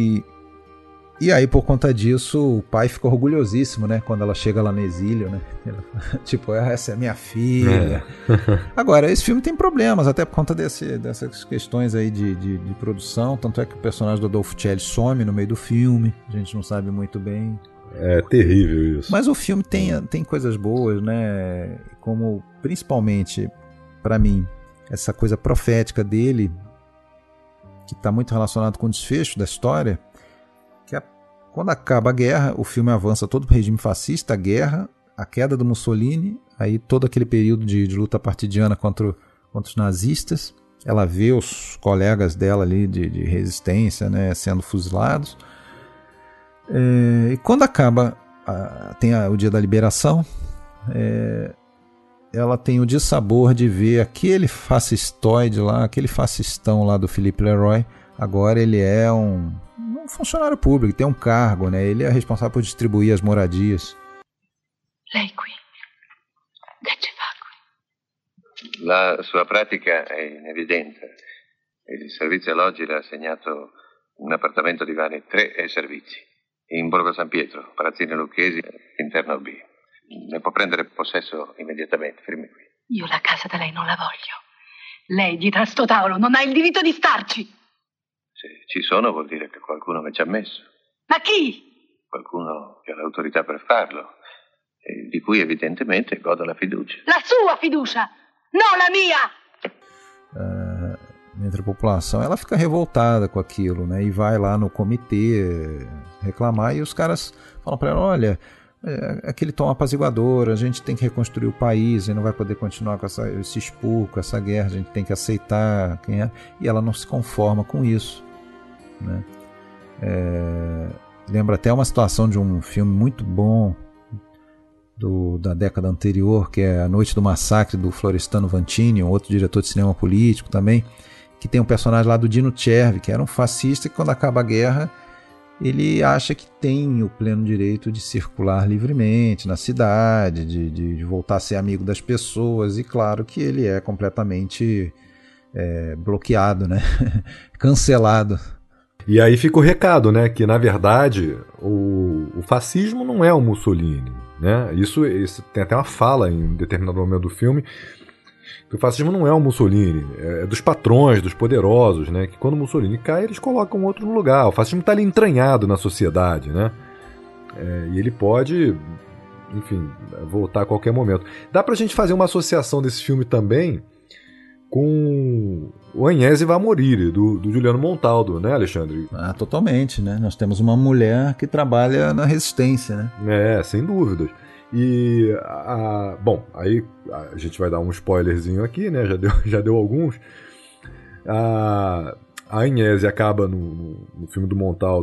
Speaker 1: E aí, por conta disso, o pai fica orgulhosíssimo, né? Quando ela chega lá no exílio, né? Tipo, essa é minha filha. Agora, esse filme tem problemas, até por conta dessas questões aí de produção. Tanto é que o personagem do Adolfo Celli some no meio do filme. A gente não sabe muito bem.
Speaker 2: É terrível isso.
Speaker 1: Mas o filme tem coisas boas, né? Como, principalmente, para mim, essa coisa profética dele, que está muito relacionado com o desfecho da história. Quando acaba a guerra, o filme avança todo o regime fascista, a guerra, a queda do Mussolini, aí todo aquele período de luta partidiana contra os nazistas. Ela vê os colegas dela ali de resistência, né, sendo fuzilados. E quando acaba, tem o dia da liberação, ela tem o dissabor de ver aquele fascistoide lá, aquele fascistão lá do Philippe Leroy. Agora ele é um funcionário público, tem um cargo, né? Ele é responsável por distribuir as moradias.
Speaker 9: Lei qui, che ci fa qui?
Speaker 8: La sua pratica è in evidenza. Il servizio alloggi le ha assegnato un appartamento di vari 3 servizi. In Borgo San Pietro, Palazzine Lucchesi, interno B. Ne può prendere possesso immediatamente, firmi qui.
Speaker 9: Io la casa da lei non la voglio. Lei dietro a sto tavolo non ha il diritto di starci.
Speaker 8: Se ci sono vuol dire che qualcuno mi ci ha messo.
Speaker 9: Ma chi?
Speaker 8: Qualcuno che ha l'autorità per farlo e di cui evidentemente godo la fiducia.
Speaker 9: La sua fiducia, non la mia!
Speaker 1: Entre a população, ela fica revoltada com aquilo, né? E vai lá no comitê reclamar, e os caras falam para ela, olha, aquele tom apaziguador, a gente tem que reconstruir o país, e não vai poder continuar com esse expurgo, com essa guerra, a gente tem que aceitar quem é. E ela não se conforma com isso, né? Lembra até uma situação de um filme muito bom da década anterior, que é A Noite do Massacre, do Florestano Vantini, um outro diretor de cinema político também, que tem um personagem lá do Dino Cervi, que era um fascista, que quando acaba a guerra ele acha que tem o pleno direito de circular livremente na cidade, de voltar a ser amigo das pessoas, e claro que ele é completamente bloqueado, né? Cancelado.
Speaker 2: E aí fica o recado, né? Que na verdade o fascismo não é o Mussolini, né? Isso tem até uma fala em um determinado momento do filme, que o fascismo não é o Mussolini, é dos patrões, dos poderosos, né? Que quando o Mussolini cai, eles colocam outro no lugar. O fascismo está ali entranhado na sociedade, né? E ele pode, enfim, voltar a qualquer momento. Dá pra gente fazer uma associação desse filme também com o Agnese va a morire, do Juliano Montaldo, né, Alexandre?
Speaker 1: Totalmente, né? Nós temos uma mulher que trabalha na resistência, né?
Speaker 2: Sem dúvidas. E, bom, aí a gente vai dar um spoilerzinho aqui, né? Já deu alguns. A Agnese acaba no filme do Montaldo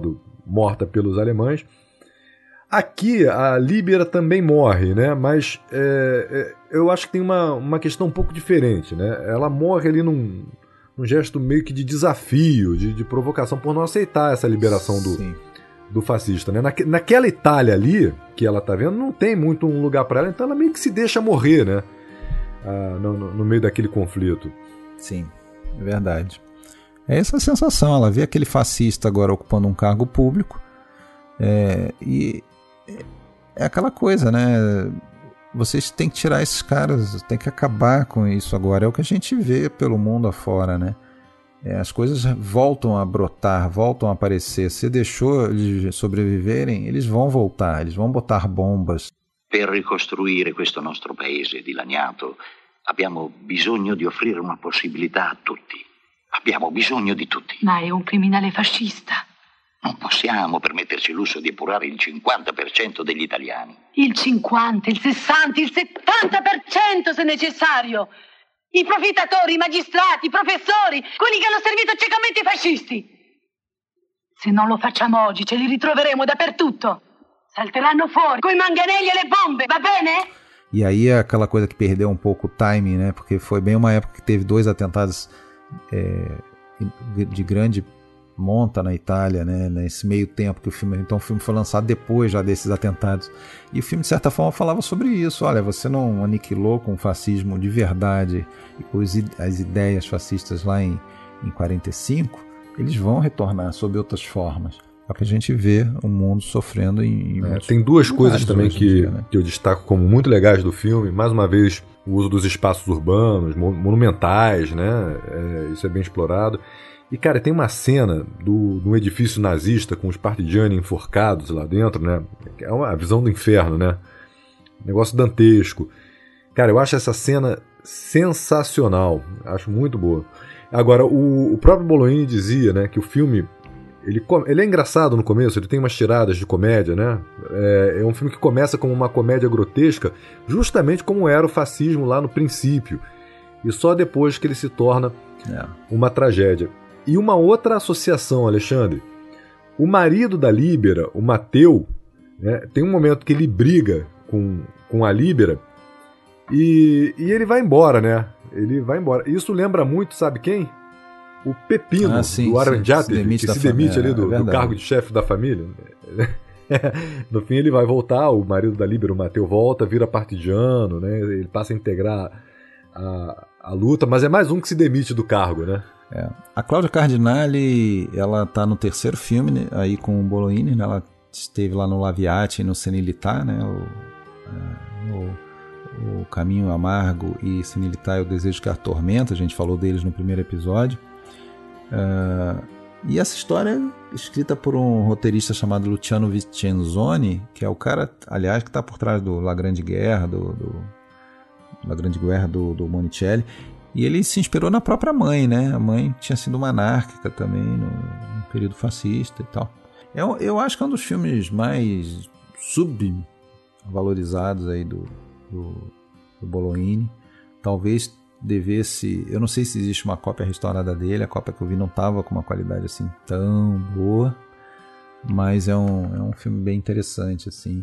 Speaker 2: morta pelos alemães. Aqui a Líbera também morre, né? Mas eu acho que tem uma questão um pouco diferente, né? Ela morre ali num gesto meio que de desafio, de provocação, por não aceitar essa liberação do fascista, né? Naquela Itália ali, que ela tá vendo, não tem muito um lugar para ela, então ela meio que se deixa morrer, né? No meio daquele conflito.
Speaker 1: Sim, é verdade. É essa a sensação, ela vê aquele fascista agora ocupando um cargo público, e é aquela coisa, né? Vocês têm que tirar esses caras, tem que acabar com isso agora. É o que a gente vê pelo mundo afora, né? As coisas voltam a brotar, voltam a aparecer. Se deixou eles sobreviverem, eles vão voltar, eles vão botar bombas.
Speaker 10: Per ricostruire questo nostro paese dilaniato abbiamo bisogno di offrire una possibilità a tutti. Abbiamo bisogno di tutti.
Speaker 9: Ma è un criminale fascista.
Speaker 10: Non possiamo permetterci il lusso di epurare il 50% degli italiani.
Speaker 9: Il 50, il 60, il 70% se necessario. I profittatori, i magistrati, i professori, quelli che hanno servito ciecamente i fascisti. Se non lo facciamo oggi, ce li ritroveremo dappertutto. Salteranno fuori, coi manganelli e le bombe, va bene?
Speaker 1: E aí é aquela coisa que perdeu um pouco o timing, né? Porque foi bem uma época que teve 2 atentados de grande monta na Itália, né? Nesse meio tempo que o filme foi lançado depois já desses atentados. E o filme, de certa forma, falava sobre isso. Olha, você não aniquilou com o fascismo de verdade e com as ideias fascistas lá em 45, eles vão retornar sob outras formas. É o que a gente vê o mundo sofrendo em
Speaker 2: tem 2 coisas também que eu destaco como muito legais do filme. Mais uma vez, o uso dos espaços urbanos, monumentais, né? Isso é bem explorado. E, cara, tem uma cena do edifício nazista com os partigiani enforcados lá dentro, né? É uma visão do inferno, né? Negócio dantesco. Cara, eu acho essa cena sensacional. Acho muito boa. Agora, o próprio Bolognini dizia, né, que o filme ele é engraçado no começo, ele tem umas tiradas de comédia, né? É um filme que começa como uma comédia grotesca, justamente como era o fascismo lá no princípio. E só depois que ele se torna uma tragédia. E uma outra associação, Alexandre. O marido da Líbera, o Mateu, né, tem um momento que ele briga com a Líbera e ele vai embora, né? Ele vai embora. Isso lembra muito, sabe quem? O Pepino, do Aranjate, que se demite ali do cargo de chefe da família. No fim ele vai voltar, o marido da Líbera, o Mateu, volta, vira partidiano, né? Ele passa a integrar a luta, mas é mais um que se demite do cargo, né?
Speaker 1: A Cláudia Cardinale, ela tá no 3º filme, né, aí com o Bolognini, né, ela esteve lá no L'Aviate e no Senilità, né, o Caminho Amargo e Senilità é o Desejo que Atormenta, a gente falou deles no primeiro episódio. E essa história é escrita por um roteirista chamado Luciano Vicenzoni, que é o cara, aliás, que está por trás do La Grande Guerra, do Monicelli. E ele se inspirou na própria mãe, né? A mãe tinha sido uma anárquica também no período fascista e tal. Eu acho que é um dos filmes mais subvalorizados aí do Bolognini. Talvez devesse... Eu não sei se existe uma cópia restaurada dele. A cópia que eu vi não estava com uma qualidade assim tão boa. Mas é um filme bem interessante, assim.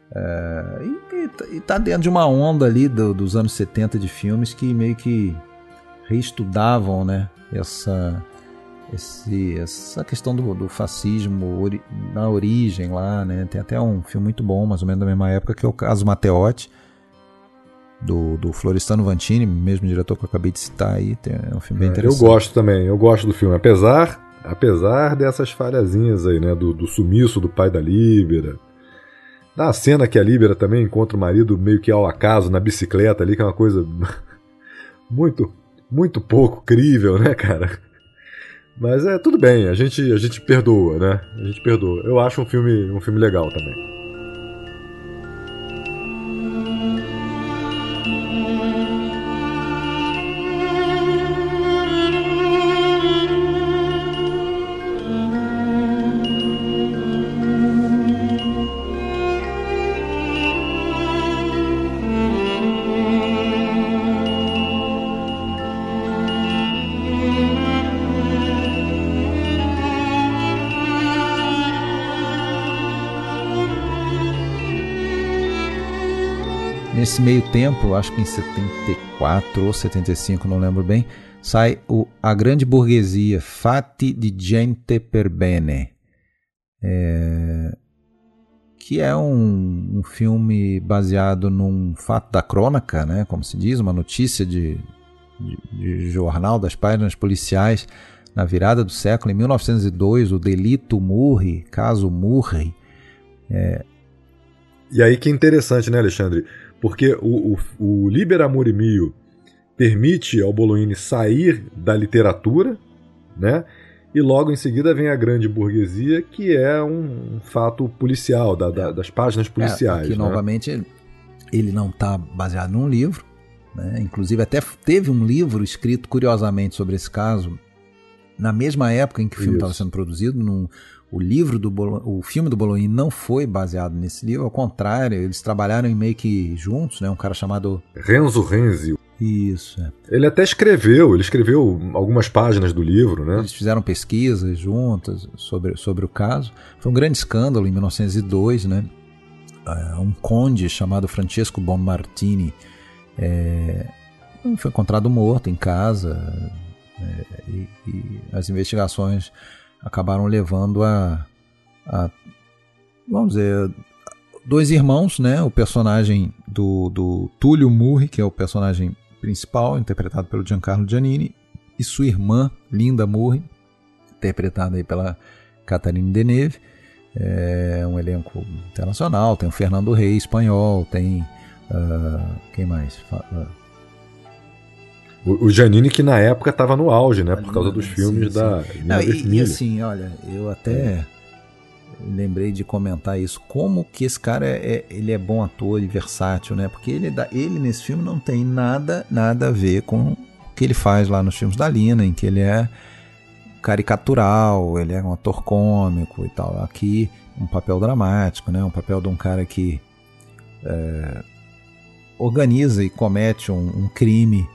Speaker 1: E tá dentro de uma onda ali dos anos 70 de filmes que meio que reestudavam, né, essa questão do fascismo na origem lá, né? Tem até um filme muito bom, mais ou menos da mesma época, que é o Caso Matteotti, do Florestano Vantini, mesmo diretor que eu acabei de citar aí. É um filme bem interessante.
Speaker 2: Eu gosto também, eu gosto do filme, apesar dessas falhazinhas aí, né, do sumiço do pai da Líbera. Da cena que a Líbera também encontra o marido meio que ao acaso na bicicleta ali, que é uma coisa muito pouco crível, né, cara? Mas tudo bem, a gente perdoa, né? A gente perdoa. Eu acho um filme legal também.
Speaker 1: nesse meio tempo, acho que em 74 ou 75, não lembro bem, sai A Grande Burguesia, Fatti di Gente per Bene, que é um filme baseado num fato da crônica, né, como se diz, uma notícia de jornal das páginas policiais na virada do século, em 1902, o Delito Murri, caso Murri.
Speaker 2: E aí que é interessante, né, Alexandre? Porque o Liber Amor Mio permite ao Bolognini sair da literatura, né? E logo em seguida vem A Grande Burguesia, que é um fato policial, das páginas policiais.
Speaker 1: Aqui, novamente, ele não está baseado num livro, né? Inclusive até teve um livro escrito curiosamente sobre esse caso, na mesma época em que o filme estava sendo produzido. O filme do Bolognini não foi baseado nesse livro, ao contrário, eles trabalharam meio que juntos, né? Um cara chamado
Speaker 2: Renzo Renzi.
Speaker 1: Isso.
Speaker 2: Ele até escreveu algumas páginas do livro, né?
Speaker 1: Eles fizeram pesquisas juntas sobre o caso. Foi um grande escândalo em 1902, né? Um conde chamado Francesco Bonmartini foi encontrado morto em casa, e as investigações acabaram levando vamos dizer, dois irmãos, né? O personagem do Túlio Murri, que é o personagem principal, interpretado pelo Giancarlo Giannini, e sua irmã, Linda Murri, interpretada aí pela Catherine Deneuve. É um elenco internacional, tem o Fernando Rey, espanhol, tem... quem mais?
Speaker 2: O Giannini, que na época estava no auge, né? Por causa dos filmes da...
Speaker 1: E assim, olha, eu até lembrei de comentar isso. Como que esse cara ele é bom ator e versátil, né? Porque ele nesse filme não tem nada a ver com o que ele faz lá nos filmes da Lina, em que ele é caricatural, ele é um ator cômico e tal. Aqui, um papel dramático, né? Um papel de um cara que organiza e comete um crime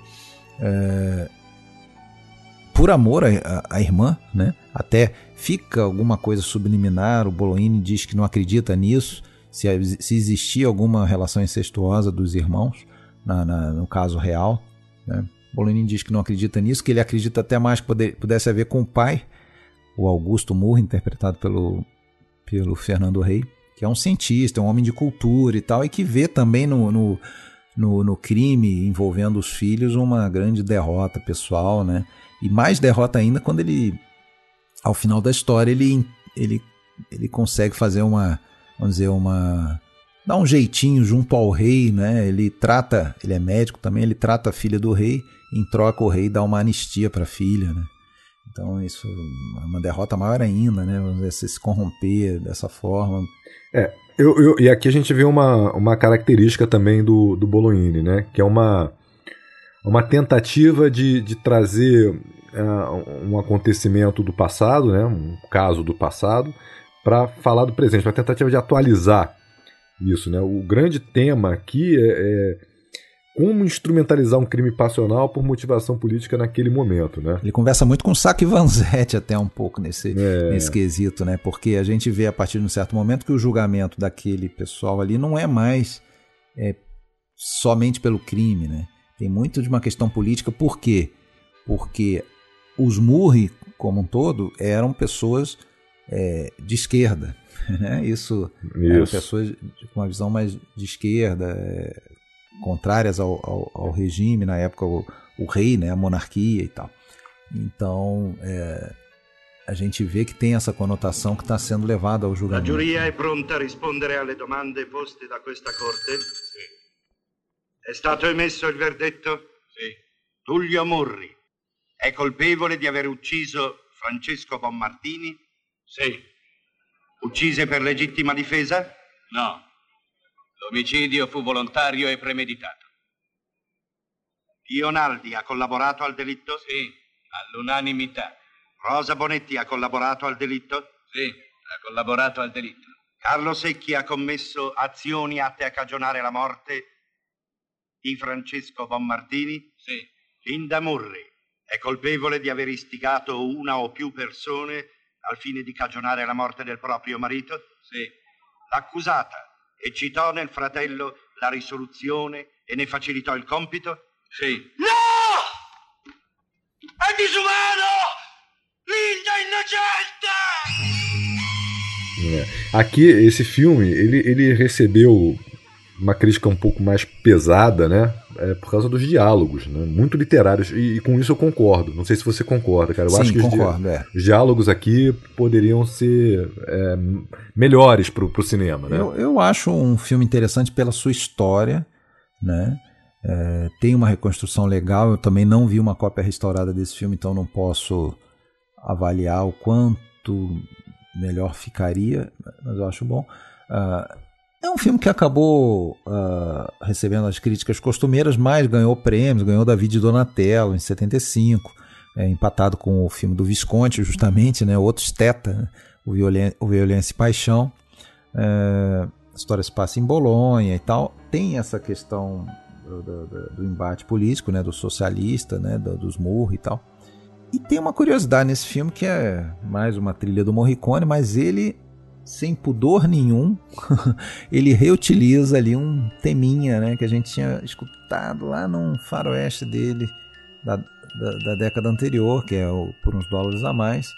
Speaker 1: por amor à irmã, né? Até fica alguma coisa subliminar. O Bolognini diz que não acredita nisso, se existia alguma relação incestuosa dos irmãos no caso real, né? O Bolognini diz que não acredita nisso, que ele acredita até mais que pudesse haver com o pai, o Augusto Murri, interpretado pelo Fernando Rey, que é um cientista, um homem de cultura e tal, e que vê também no crime envolvendo os filhos uma grande derrota pessoal, né? E mais derrota ainda quando ele, ao final da história, ele consegue fazer dar um jeitinho junto ao rei, né? Ele é médico também, ele trata a filha do rei, em troca o rei dá uma anistia para a filha, né? Então isso é uma derrota maior ainda, né? Vamos dizer, se corromper dessa forma.
Speaker 2: E aqui a gente vê uma característica também do Bolognini, né? Que é uma tentativa de trazer um acontecimento do passado, né? Um caso do passado, para falar do presente, uma tentativa de atualizar isso, né? O grande tema aqui é como instrumentalizar um crime passional por motivação política naquele momento, né?
Speaker 1: Ele conversa muito com o Sacchi Vanzetti até um pouco nesse quesito, né? Porque a gente vê a partir de um certo momento que o julgamento daquele pessoal ali não é mais somente pelo crime, né? Tem muito de uma questão política. Por quê? Porque os Murri, como um todo, eram pessoas de esquerda, né? Isso. Eram pessoas com uma visão mais de esquerda, contrárias ao regime, na época o rei, né, a monarquia e tal. Então, a gente vê que tem essa conotação que está sendo levada ao julgamento.
Speaker 11: La giuria è pronta a rispondere alle domande poste da questa corte? Sì. È stato emesso il verdetto? Sì. Tullio Murri è colpevole di aver ucciso Francesco Bonmartini? Sì. Uccise per legittima difesa?
Speaker 12: No. L'omicidio fu volontario e premeditato.
Speaker 11: Ionaldi ha collaborato al delitto?
Speaker 12: Sì, all'unanimità.
Speaker 11: Rosa Bonetti ha collaborato al delitto?
Speaker 12: Sì, ha collaborato al delitto.
Speaker 11: Carlo Secchi ha commesso azioni atte a cagionare la morte di Francesco Bonmartini?
Speaker 12: Sì.
Speaker 11: Linda Murri è colpevole di aver istigato una o più persone al fine di cagionare la morte del proprio marito?
Speaker 12: Sì.
Speaker 11: L'accusata eccitò nel fratello la risoluzione e ne facilitò il compito?
Speaker 12: Sì.
Speaker 11: No! È disumano! Linda innocente!
Speaker 2: Aqui, esse filme, ele recebeu uma crítica um pouco mais pesada, né? Por causa dos diálogos, né? Muito literários, e com isso eu concordo. Não sei se você concorda, cara. Eu
Speaker 1: Sim,
Speaker 2: acho que
Speaker 1: concordo,
Speaker 2: os diálogos aqui poderiam ser melhores pro cinema, né?
Speaker 1: Eu acho um filme interessante pela sua história, né? Tem uma reconstrução legal. Eu também não vi uma cópia restaurada desse filme, então não posso avaliar o quanto melhor ficaria, mas eu acho bom. É um filme que acabou recebendo as críticas costumeiras, mas ganhou prêmios, ganhou David Donatello em 75, empatado com o filme do Visconti, justamente, né, outro esteta, né, o Violência e Paixão. A história se passa em Bolonha e tal. Tem essa questão do embate político, né, do socialista, né, dos Murri e tal. E tem uma curiosidade nesse filme que é mais uma trilha do Morricone, mas ele, sem pudor nenhum, ele reutiliza ali um teminha, né, que a gente tinha escutado lá num faroeste dele da década anterior, que é o Por Uns Dólares a Mais.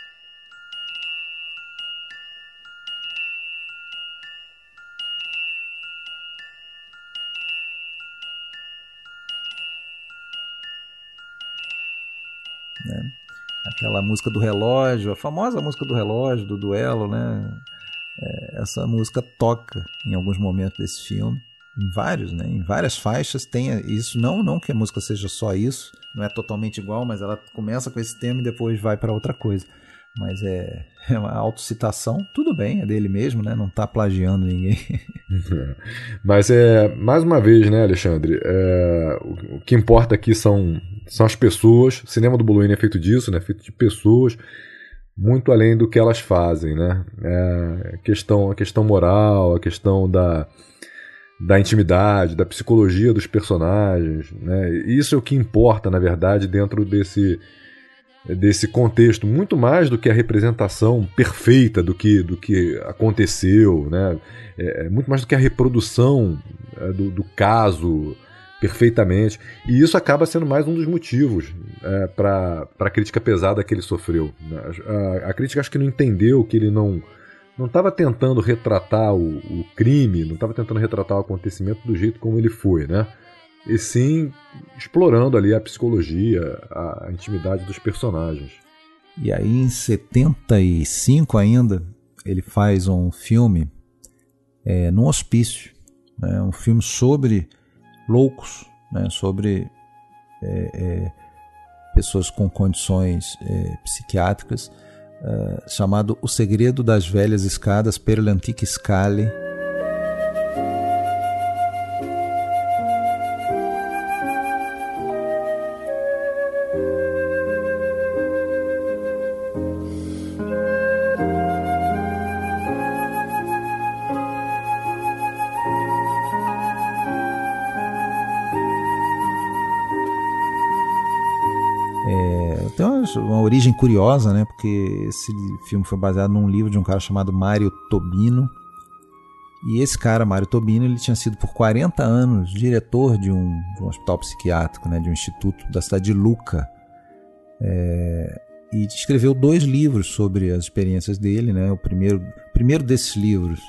Speaker 1: Né? Aquela música do relógio, a famosa música do relógio, do duelo, né? Essa música toca em alguns momentos desse filme, em vários, né? Em várias faixas tem isso, não que a música seja só isso, não é totalmente igual, mas ela começa com esse tema e depois vai para outra coisa. Mas é uma autocitação, tudo bem, é dele mesmo, né? Não está plagiando ninguém.
Speaker 2: Mas mais uma vez, né, Alexandre, o que importa aqui são as pessoas. O cinema do Bolognini é feito disso, né? Feito de pessoas, muito além do que elas fazem, né? A questão moral, a questão da intimidade, da psicologia dos personagens, né? Isso é o que importa, na verdade, dentro desse contexto, muito mais do que a representação perfeita do que aconteceu, né? Muito mais do que a reprodução do caso perfeitamente. E isso acaba sendo mais um dos motivos para a crítica pesada que ele sofreu. A crítica acho que não entendeu que ele não estava tentando retratar o crime, não estava tentando retratar o acontecimento do jeito como ele foi, né? E sim explorando ali a psicologia, a intimidade dos personagens.
Speaker 1: E aí em 75 ainda, ele faz um filme num hospício, né? Um filme sobre loucos, né? Sobre pessoas com condições psiquiátricas, chamado O Segredo das Velhas Escadas, per le antiche scale. Tem uma origem curiosa, né? Porque esse filme foi baseado num livro de um cara chamado Mario Tobino. E esse cara, Mario Tobino, ele tinha sido por 40 anos diretor de um hospital psiquiátrico, né? De um instituto da cidade de Lucca. E escreveu 2 livros sobre as experiências dele, né? O primeiro desses livros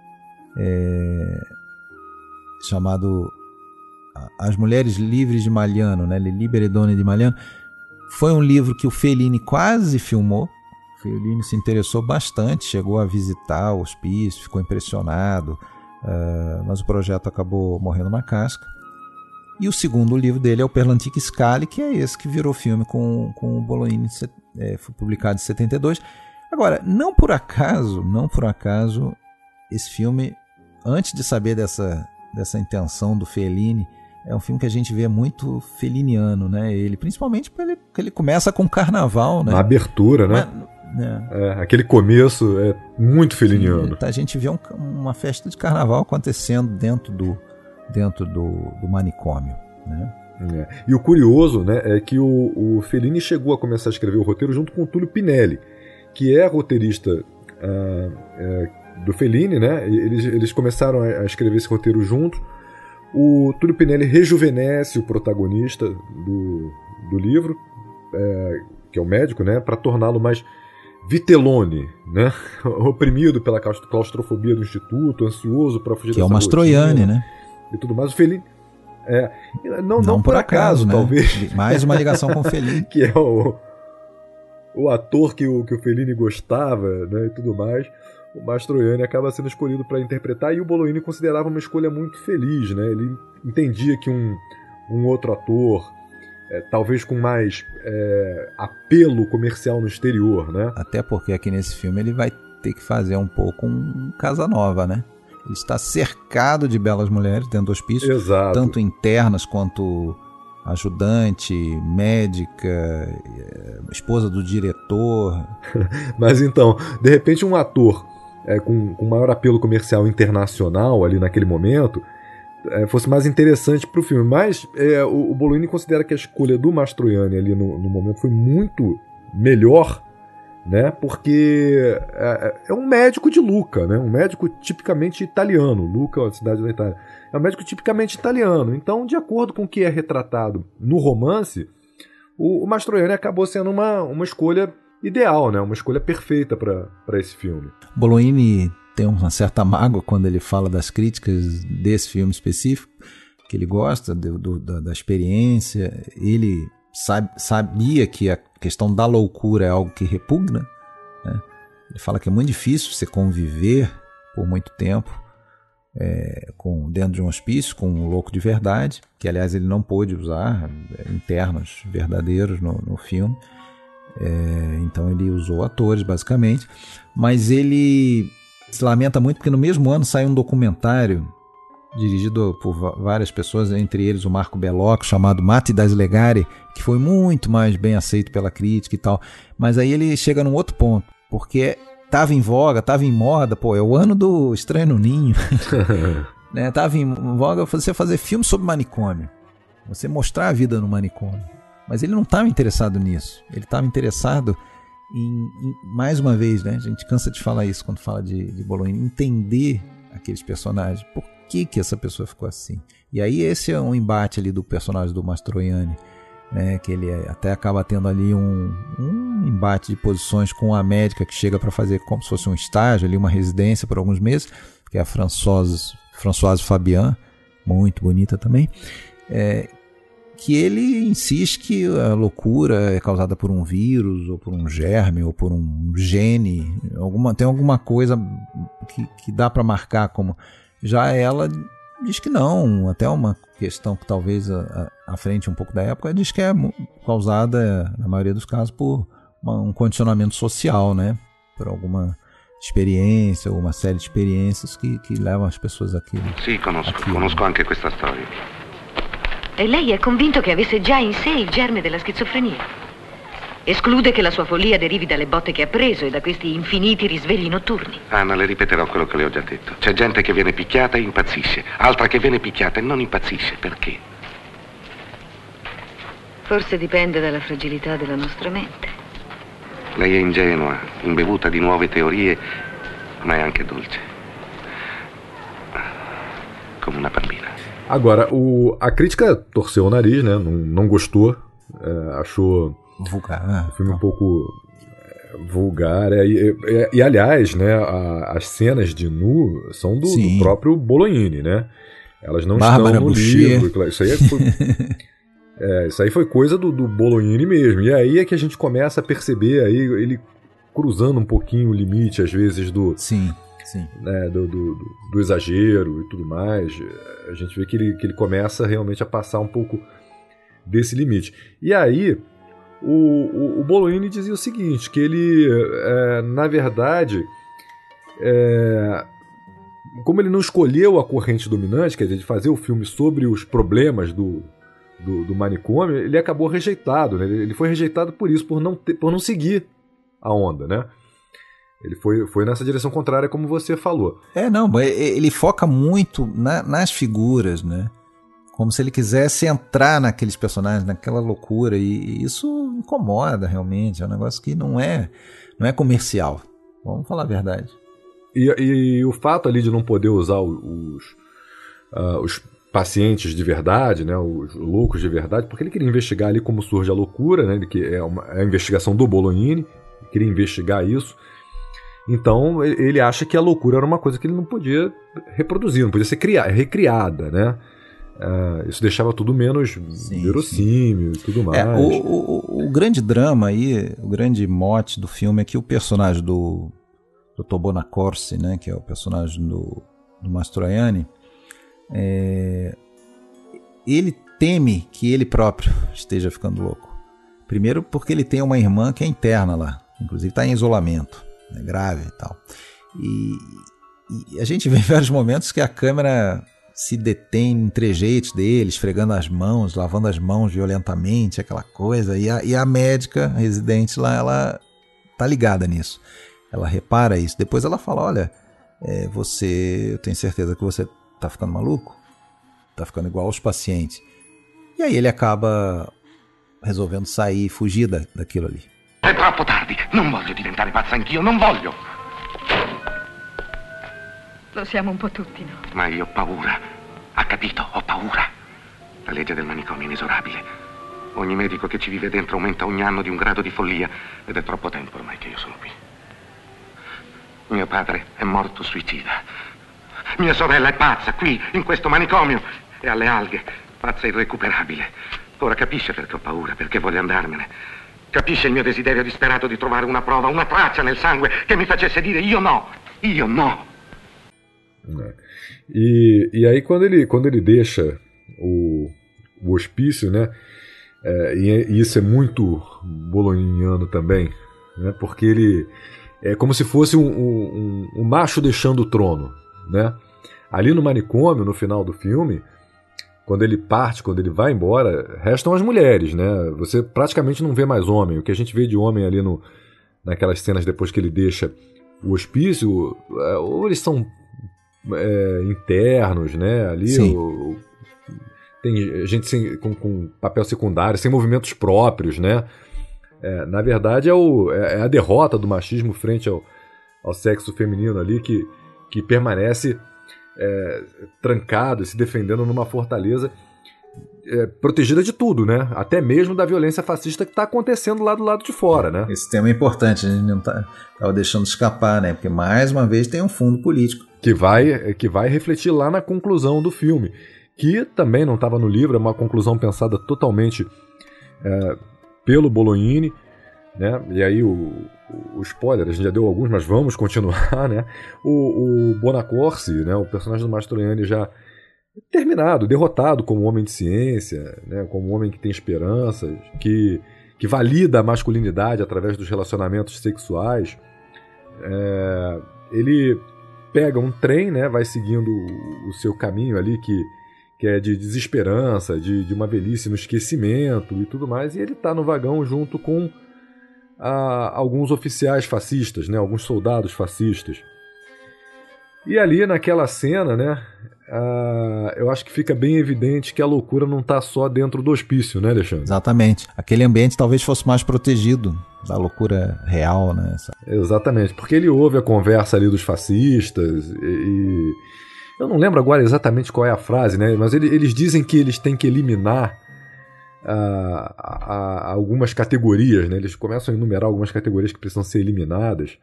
Speaker 1: chamado As Mulheres Livres de Magliano, né? Le Libere Donne di Magliano. Foi um livro que o Fellini quase filmou. O Fellini se interessou bastante, chegou a visitar o hospício, ficou impressionado, mas o projeto acabou morrendo na casca. E o segundo livro dele é o Per l'antiche scale, que é esse que virou filme com o Bolognini, foi publicado em 72. Agora, não por acaso, esse filme, antes de saber dessa intenção do Fellini, é um filme que a gente vê muito feliniano, né? Ele, principalmente porque ele começa com carnaval, né?
Speaker 2: Na abertura, né? Aquele começo é muito feliniano.
Speaker 1: A gente vê uma festa de carnaval acontecendo dentro do manicômio, né?
Speaker 2: E o curioso, né, é que o Fellini chegou a começar a escrever o roteiro junto com o Tullio Pinelli, que é roteirista do Fellini, né? Eles começaram a escrever esse roteiro juntos. O Túlio Pinelli rejuvenesce o protagonista do livro, que é o médico, né, para torná-lo mais Vitellone, né, oprimido pela claustrofobia do instituto, ansioso para fugir
Speaker 1: que é o Mastroianni, né?
Speaker 2: E tudo mais. O Fellini não por acaso, né? Talvez.
Speaker 1: Mais uma ligação com o Fellini.
Speaker 2: Que é o ator que o Fellini gostava, né, e tudo mais. O Mastroianni acaba sendo escolhido para interpretar, e o Bolognini considerava uma escolha muito feliz, né? Ele entendia que um outro ator, talvez com mais apelo comercial no exterior, né?
Speaker 1: Até porque aqui nesse filme ele vai ter que fazer um pouco um Casanova, né? Ele está cercado de belas mulheres dentro do hospício,
Speaker 2: exato,
Speaker 1: tanto internas quanto ajudante, médica, esposa do diretor.
Speaker 2: Mas então, de repente um ator com maior apelo comercial internacional ali naquele momento fosse mais interessante para o filme. Mas o Bolognini considera que a escolha do Mastroianni ali no momento foi muito melhor, né? Porque é um médico de Lucca, né? Um médico tipicamente italiano. Lucca é uma cidade da Itália. É um médico tipicamente italiano. Então, de acordo com o que é retratado no romance, o Mastroianni acabou sendo uma escolha ideal, né? Uma escolha perfeita para esse filme.
Speaker 1: Bolognini tem uma certa mágoa quando ele fala das críticas desse filme específico, que ele gosta da experiência. Ele sabia que a questão da loucura é algo que repugna, né? Ele fala que é muito difícil você conviver por muito tempo dentro de um hospício com um louco de verdade, que aliás ele não pôde usar internos verdadeiros no filme. Então ele usou atores basicamente, mas ele se lamenta muito porque no mesmo ano saiu um documentário dirigido por várias pessoas, entre eles o Marco Bellocchio, chamado Matti das Legare, que foi muito mais bem aceito pela crítica e tal. Mas aí ele chega num outro ponto, porque tava em voga, tava em moda, é o ano do Estranho no Ninho, né? Tava em voga você fazer filme sobre manicômio, você mostrar a vida no manicômio. Mas ele não estava interessado nisso. Ele estava interessado em, mais uma vez, né? A gente cansa de falar isso quando fala de Bolognini, entender aqueles personagens. Por que essa pessoa ficou assim? E aí esse é um embate ali do personagem do Mastroianni, né? Que ele até acaba tendo ali um embate de posições com a médica que chega para fazer como se fosse um estágio, ali uma residência por alguns meses, que é a Françoise Fabian, muito bonita também. Que ele insiste que a loucura é causada por um vírus, ou por um germe, ou por um gene, tem alguma coisa que dá para marcar como... Já ela diz que não, até uma questão que talvez à frente um pouco da época, diz que é causada, na maioria dos casos, por um condicionamento social, né? Por alguma experiência, ou uma série de experiências que levam as pessoas àquilo.
Speaker 13: Sì, conosco anche questa storia.
Speaker 14: E lei è convinto che avesse già in sé il germe della schizofrenia? Esclude che la sua follia derivi dalle botte che ha preso e da questi infiniti risvegli notturni?
Speaker 13: Anna, le ripeterò quello che le ho già detto. C'è gente che viene picchiata e impazzisce, altra che viene picchiata e non impazzisce. Perché?
Speaker 14: Forse dipende dalla fragilità della nostra mente.
Speaker 13: Lei è ingenua, imbevuta di nuove teorie, ma è anche dolce. Come una bambina.
Speaker 2: Agora, a crítica torceu o nariz, né? Não gostou, achou
Speaker 1: vulgar,
Speaker 2: o filme um pouco vulgar. E aliás, né, as cenas de nu são do próprio Bolognini, né? Elas não
Speaker 1: Bárbara
Speaker 2: estão no
Speaker 1: Boucher.
Speaker 2: livro. Isso aí foi coisa do Bolognini mesmo. E aí é que a gente começa a perceber aí ele cruzando um pouquinho o limite, às vezes, do exagero e tudo mais. A gente vê que ele começa realmente a passar um pouco desse limite. E aí o Bolognini dizia o seguinte, que ele, na verdade, como ele não escolheu a corrente dominante, quer dizer, de fazer o filme sobre os problemas do manicômio, ele acabou rejeitado, né? Ele foi rejeitado por isso, por não seguir a onda, né? Ele foi nessa direção contrária, como você falou.
Speaker 1: Ele foca muito nas figuras, né? Como se ele quisesse entrar naqueles personagens, naquela loucura, e isso incomoda realmente, é um negócio que não é comercial, vamos falar a verdade.
Speaker 2: E o fato ali de não poder usar pacientes de verdade, né, os loucos de verdade, porque ele queria investigar ali como surge a loucura, né, que é a investigação do Bolognini, ele queria investigar isso. Então ele acha que a loucura era uma coisa que ele não podia reproduzir, não podia ser recriada, né? Isso deixava tudo menos verossímil e tudo mais.
Speaker 1: O grande drama aí, o grande mote do filme é que o personagem do Dr. Bonacorsi, né, que é o personagem do Mastroianni, ele teme que ele próprio esteja ficando louco. Primeiro porque ele tem uma irmã que é interna lá, inclusive está em isolamento, né, grave e tal. E a gente vê em vários momentos que a câmera se detém em trejeitos dele, esfregando as mãos, lavando as mãos violentamente, aquela coisa, e a médica residente lá, ela tá ligada nisso. Ela repara isso. Depois ela fala, olha, eu tenho certeza que você tá ficando maluco, tá ficando igual aos pacientes. E aí ele acaba resolvendo sair, fugir daquilo ali.
Speaker 13: È troppo tardi, non voglio diventare pazza anch'io, non voglio.
Speaker 14: Lo siamo un po' tutti, no?
Speaker 13: Ma io ho paura, ha capito? Ho paura. La legge del manicomio è inesorabile. Ogni medico che ci vive dentro aumenta ogni anno di un grado di follia ed è troppo tempo ormai che io sono qui. Mio padre è morto suicida. Mia sorella è pazza qui, in questo manicomio, e alle alghe, pazza irrecuperabile. Ora capisce perché ho paura, perché voglio andarmene. Capisce il mio desiderio disperato di trovare una prova, una traccia nel sangue che mi facesse dire io no, io no.
Speaker 2: E aí quando ele deixa o hospício, né, e isso é muito bologniniano também, né, porque ele é como se fosse um macho deixando o trono, né? Ali no manicômio, no final do filme, quando ele parte, quando ele vai embora, restam as mulheres, né? Você praticamente não vê mais homem. O que a gente vê de homem ali naquelas cenas depois que ele deixa o hospício, ou eles são internos, né? Ali tem gente com papel secundário, sem movimentos próprios, né? Na verdade é a derrota do machismo frente ao sexo feminino ali que permanece trancado e se defendendo numa fortaleza protegida de tudo, né? Até mesmo da violência fascista que está acontecendo lá do lado de fora, né?
Speaker 1: Esse tema é importante, a gente não estava deixando escapar, né? Porque mais uma vez tem um fundo político.
Speaker 2: Que vai refletir lá na conclusão do filme, que também não estava no livro, é uma conclusão pensada totalmente pelo Bolognini, né? E aí o spoiler, a gente já deu alguns, mas vamos continuar, né? O Bonacorsi, né? O personagem do Mastroianni já terminado, derrotado como homem de ciência, né? Como um homem que tem esperanças, que valida a masculinidade através dos relacionamentos sexuais. Ele pega um trem, né? Vai seguindo o seu caminho ali que é de desesperança, de uma velhice no esquecimento e tudo mais, e ele está no vagão junto com alguns oficiais fascistas, né, alguns soldados fascistas. E ali naquela cena, né, eu acho que fica bem evidente que a loucura não está só dentro do hospício, né, Alexandre?
Speaker 1: Exatamente. Aquele ambiente talvez fosse mais protegido da loucura real, né?
Speaker 2: Exatamente, porque ele ouve a conversa ali dos fascistas e eu não lembro agora exatamente qual é a frase, né, mas eles dizem que eles têm que eliminar algumas categorias, né? Eles começam a enumerar algumas categorias que precisam ser eliminadas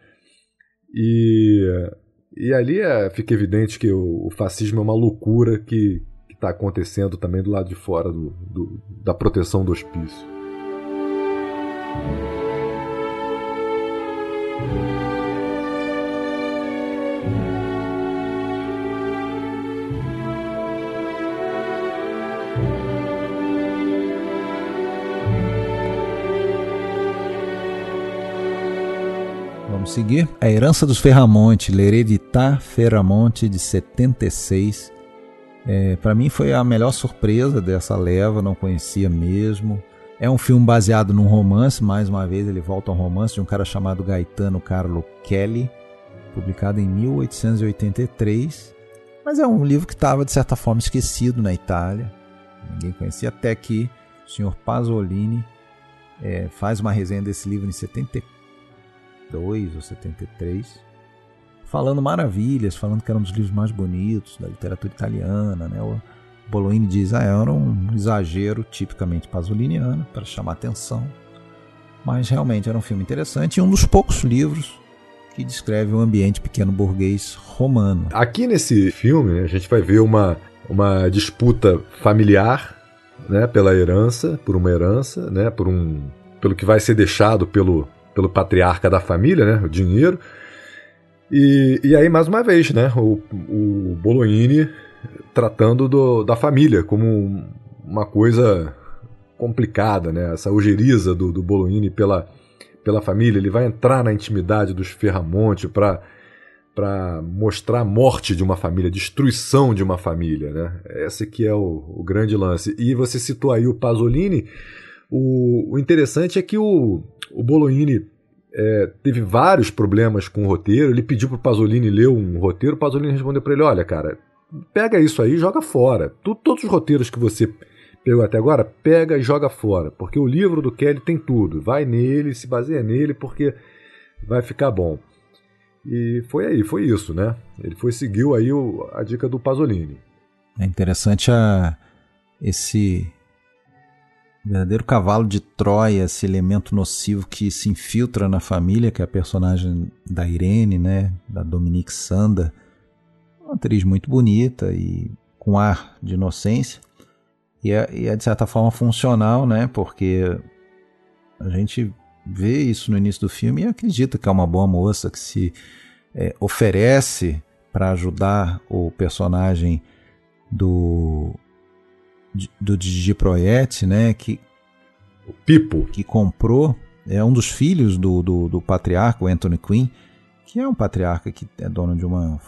Speaker 2: e ali fica evidente que o fascismo é uma loucura que está acontecendo também do lado de fora da proteção do hospício.
Speaker 1: Vamos seguir. A Herança dos Ferramonte, L'Heredità Ferramonte, de 76. Para mim foi a melhor surpresa dessa leva, não conhecia mesmo. É um filme baseado num romance, mais uma vez ele volta a um romance de um cara chamado Gaetano Carlo Kelly, publicado em 1883. Mas é um livro que estava, de certa forma, esquecido na Itália. Ninguém conhecia, até que o senhor Pasolini faz uma resenha desse livro em 72 ou 73, falando maravilhas, falando que era um dos livros mais bonitos da literatura italiana, né? Bolognini diz, era um exagero tipicamente pasoliniano para chamar atenção, mas realmente era um filme interessante e um dos poucos livros que descreve o ambiente pequeno burguês romano.
Speaker 2: Aqui nesse filme, né, a gente vai ver uma disputa familiar, né, pela herança, por uma herança, né, pelo que vai ser deixado pelo patriarca da família, né, o dinheiro. E aí, mais uma vez, né, o Bolognini tratando da família como uma coisa complicada, né, essa ojeriza do Bolognini pela família. Ele vai entrar na intimidade dos Ferramonte para mostrar a morte de uma família, a destruição de uma família, né? Esse que é o grande lance. E você citou aí o Pasolini. O interessante é que o Bolognini teve vários problemas com o roteiro. Ele pediu para o Pasolini ler um roteiro. O Pasolini respondeu para ele, olha, cara, pega isso aí e joga fora. Todos os roteiros que você pegou até agora, pega e joga fora, porque o livro do Kelly tem tudo. Vai nele, se baseia nele, porque vai ficar bom. E foi isso, né? Ele seguiu aí a dica do Pasolini.
Speaker 1: É interessante esse verdadeiro cavalo de Troia, esse elemento nocivo que se infiltra na família, que é a personagem da Irene, né? Da Dominique Sanda, uma atriz muito bonita e com ar de inocência. E é de certa forma funcional, né? Porque a gente vê isso no início do filme e acredita que é uma boa moça que se oferece para ajudar o personagem do Gigi Proietti, né?
Speaker 2: O Pipo.
Speaker 1: Que comprou, é um dos filhos do patriarca, o Anthony Quinn, que é um patriarca que é dono de uma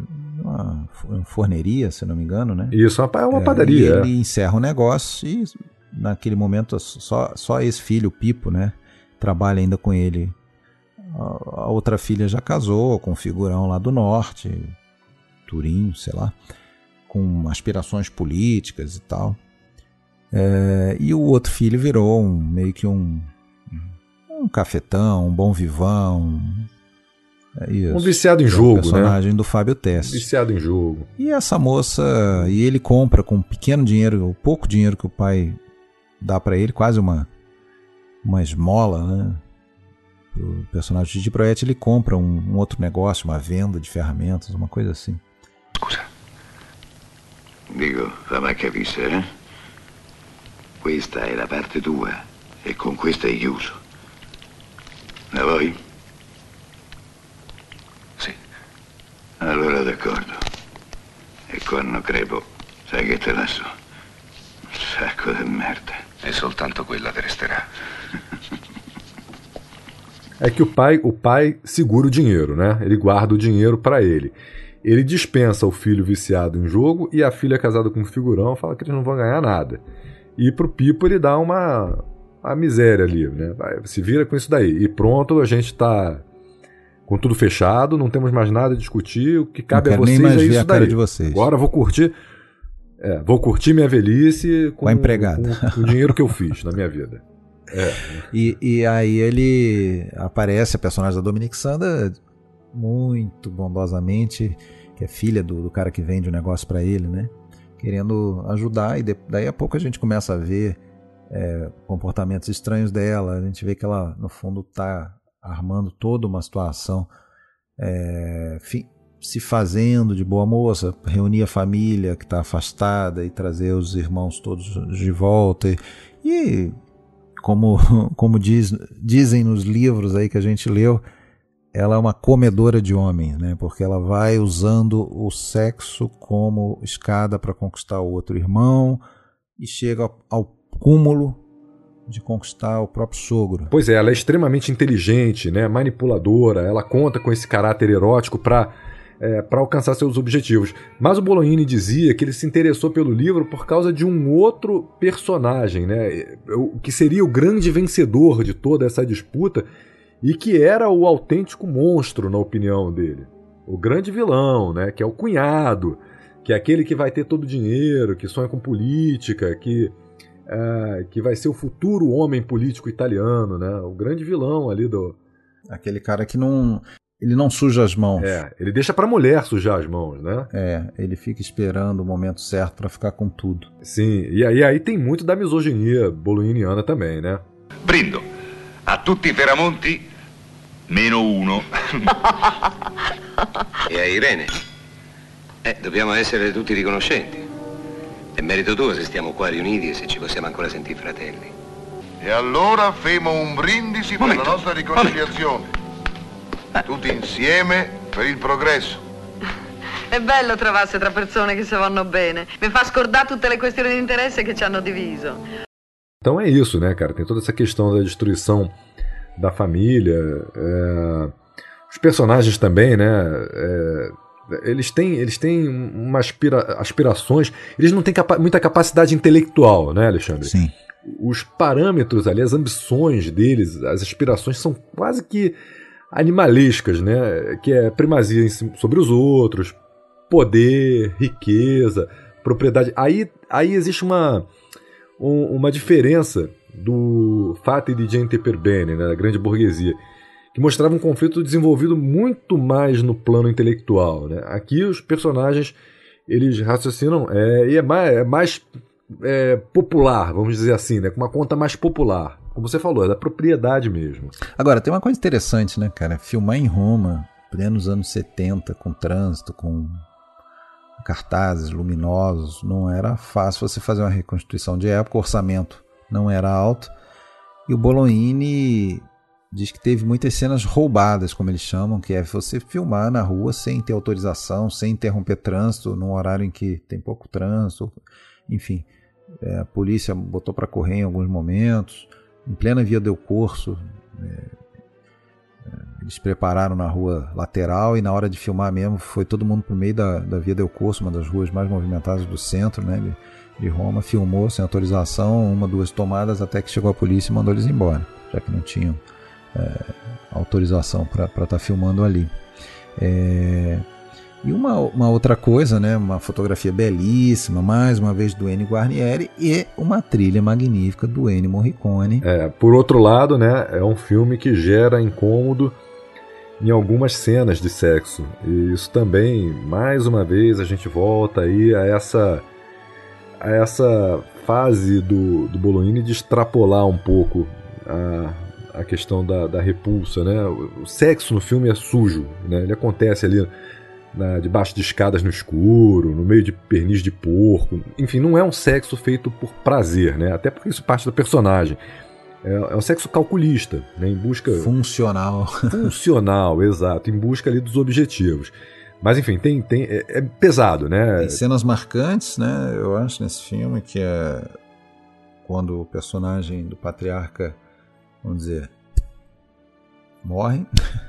Speaker 1: forneria, se não me engano, né?
Speaker 2: Isso, é uma padaria.
Speaker 1: E ele encerra o negócio e naquele momento só esse filho, o Pipo, né, trabalha ainda com ele. A outra filha já casou com um figurão lá do norte, Turim, sei lá, com aspirações políticas e tal. E o outro filho virou meio que um cafetão, um bom vivão.
Speaker 2: Um viciado em jogo, né?
Speaker 1: Personagem do Fábio Teste.
Speaker 2: Viciado em jogo.
Speaker 1: E essa moça, e ele compra com pequeno dinheiro, o pouco dinheiro que o pai dá pra ele, quase uma esmola, né? O personagem de Gigi Proietti, ele compra um outro negócio, uma venda de ferramentas, uma coisa assim.
Speaker 10: Scusa. Dico, fammi capire, eh? Questa è la parte tua e con questa hai chiuso. La vuoi? Allora d'accordo. E quando crepo, sai che te lascio? Un sacco di merda.
Speaker 13: E soltanto quella te resterà.
Speaker 2: É que o pai segura o dinheiro, né? Ele guarda o dinheiro para ele. Ele dispensa o filho viciado em jogo e a filha casada com um figurão fala que eles não vão ganhar nada. E pro Pipo ele dá uma miséria ali, né? Se vira com isso daí. E pronto, a gente tá com tudo fechado, não temos mais nada a discutir, o que cabe a vocês é isso daí.
Speaker 1: De vocês.
Speaker 2: Agora vou curtir minha velhice com a empregada, com o dinheiro que eu fiz na minha vida.
Speaker 1: E aí ele aparece, a personagem da Dominique Sanda, muito bondosamente, que é filha do cara que vende o negócio para ele, né? Querendo ajudar, e daí a pouco a gente começa a ver comportamentos estranhos dela, a gente vê que ela no fundo tá armando toda uma situação, se fazendo de boa moça, reunir a família que está afastada e trazer os irmãos todos de volta. E como dizem nos livros aí que a gente leu, ela é uma comedora de homens, né? Porque ela vai usando o sexo como escada para conquistar o outro irmão e chega ao cúmulo de conquistar o próprio sogro.
Speaker 2: Pois é, ela é extremamente inteligente, né, manipuladora, ela conta com esse caráter erótico para alcançar seus objetivos. Mas o Bolognini dizia que ele se interessou pelo livro por causa de um outro personagem, né, que seria o grande vencedor de toda essa disputa e que era o autêntico monstro, na opinião dele. O grande vilão, né, que é o cunhado, que é aquele que vai ter todo o dinheiro, que sonha com política, que vai ser o futuro homem político italiano, né? O grande vilão ali do...
Speaker 1: Aquele cara que não Ele não suja as mãos.
Speaker 2: Ele deixa pra mulher sujar as mãos, né?
Speaker 1: Ele fica esperando o momento certo pra ficar com tudo.
Speaker 2: Sim, e aí tem muito da misoginia boloiniana também, né?
Speaker 15: Brindo a tutti i Feramonti, -1.
Speaker 16: E a Irene? Dobbiamo essere tutti riconoscenti. È merito tuo se stiamo qua riuniti e se ci possiamo ancora sentire fratelli.
Speaker 15: E allora femo un brindisi per la nostra riconciliazione. Tutti insieme per il progresso.
Speaker 14: È bello trovarsi tra persone che si vanno bene. Mi fa scordare tutte le questioni di interesse che ci hanno diviso.
Speaker 2: Então é isso, né, cara? Tem toda essa questão da destruição da família. Os personagens também, né? Eles têm aspirações. Eles não têm muita capacidade intelectual, né, Alexandre?
Speaker 1: Sim.
Speaker 2: Os parâmetros ali, as ambições deles, as aspirações são quase que animalescas, né? Que é primazia sobre os outros, poder, riqueza, propriedade. Aí existe uma diferença do Fate di gente per bene, né? Da grande burguesia, que mostrava um conflito desenvolvido muito mais no plano intelectual, né? Aqui os personagens eles raciocinam e é mais popular, vamos dizer assim, né? Com uma conta mais popular. Como você falou, é da propriedade mesmo.
Speaker 1: Agora, tem uma coisa interessante, né, cara? Filmar em Roma, plenos anos 70, com trânsito, com cartazes luminosos, não era fácil você fazer uma reconstituição de época, o orçamento não era alto. E o Bolognini diz que teve muitas cenas roubadas, como eles chamam, que é você filmar na rua sem ter autorização, sem interromper trânsito, num horário em que tem pouco trânsito. Enfim, a polícia botou para correr em alguns momentos. Em plena Via del Corso, eles prepararam na rua lateral e na hora de filmar mesmo foi todo mundo pro meio da Via del Corso, uma das ruas mais movimentadas do centro, né, de Roma, filmou sem autorização, 1-2 tomadas até que chegou a polícia e mandou eles embora, já que não tinham autorização para estar filmando ali. E uma outra coisa, né, uma fotografia belíssima, mais uma vez do Ennio Guarnieri, e uma trilha magnífica do Ennio Morricone.
Speaker 2: Por outro lado, né, é um filme que gera incômodo em algumas cenas de sexo. E isso também, mais uma vez, a gente volta aí a essa fase do Bolognini de extrapolar um pouco a questão da repulsa, né? O sexo no filme é sujo, né? Ele acontece ali debaixo de escadas no escuro, no meio de pernis de porco. Enfim, não é um sexo feito por prazer, né? Até porque isso parte do personagem. É um sexo calculista, né? Em busca...
Speaker 1: Funcional,
Speaker 2: exato. Em busca ali dos objetivos. Mas enfim, é pesado, né?
Speaker 1: Tem cenas marcantes, né? Eu acho, nesse filme, que é quando o personagem do patriarca, vamos dizer, morre...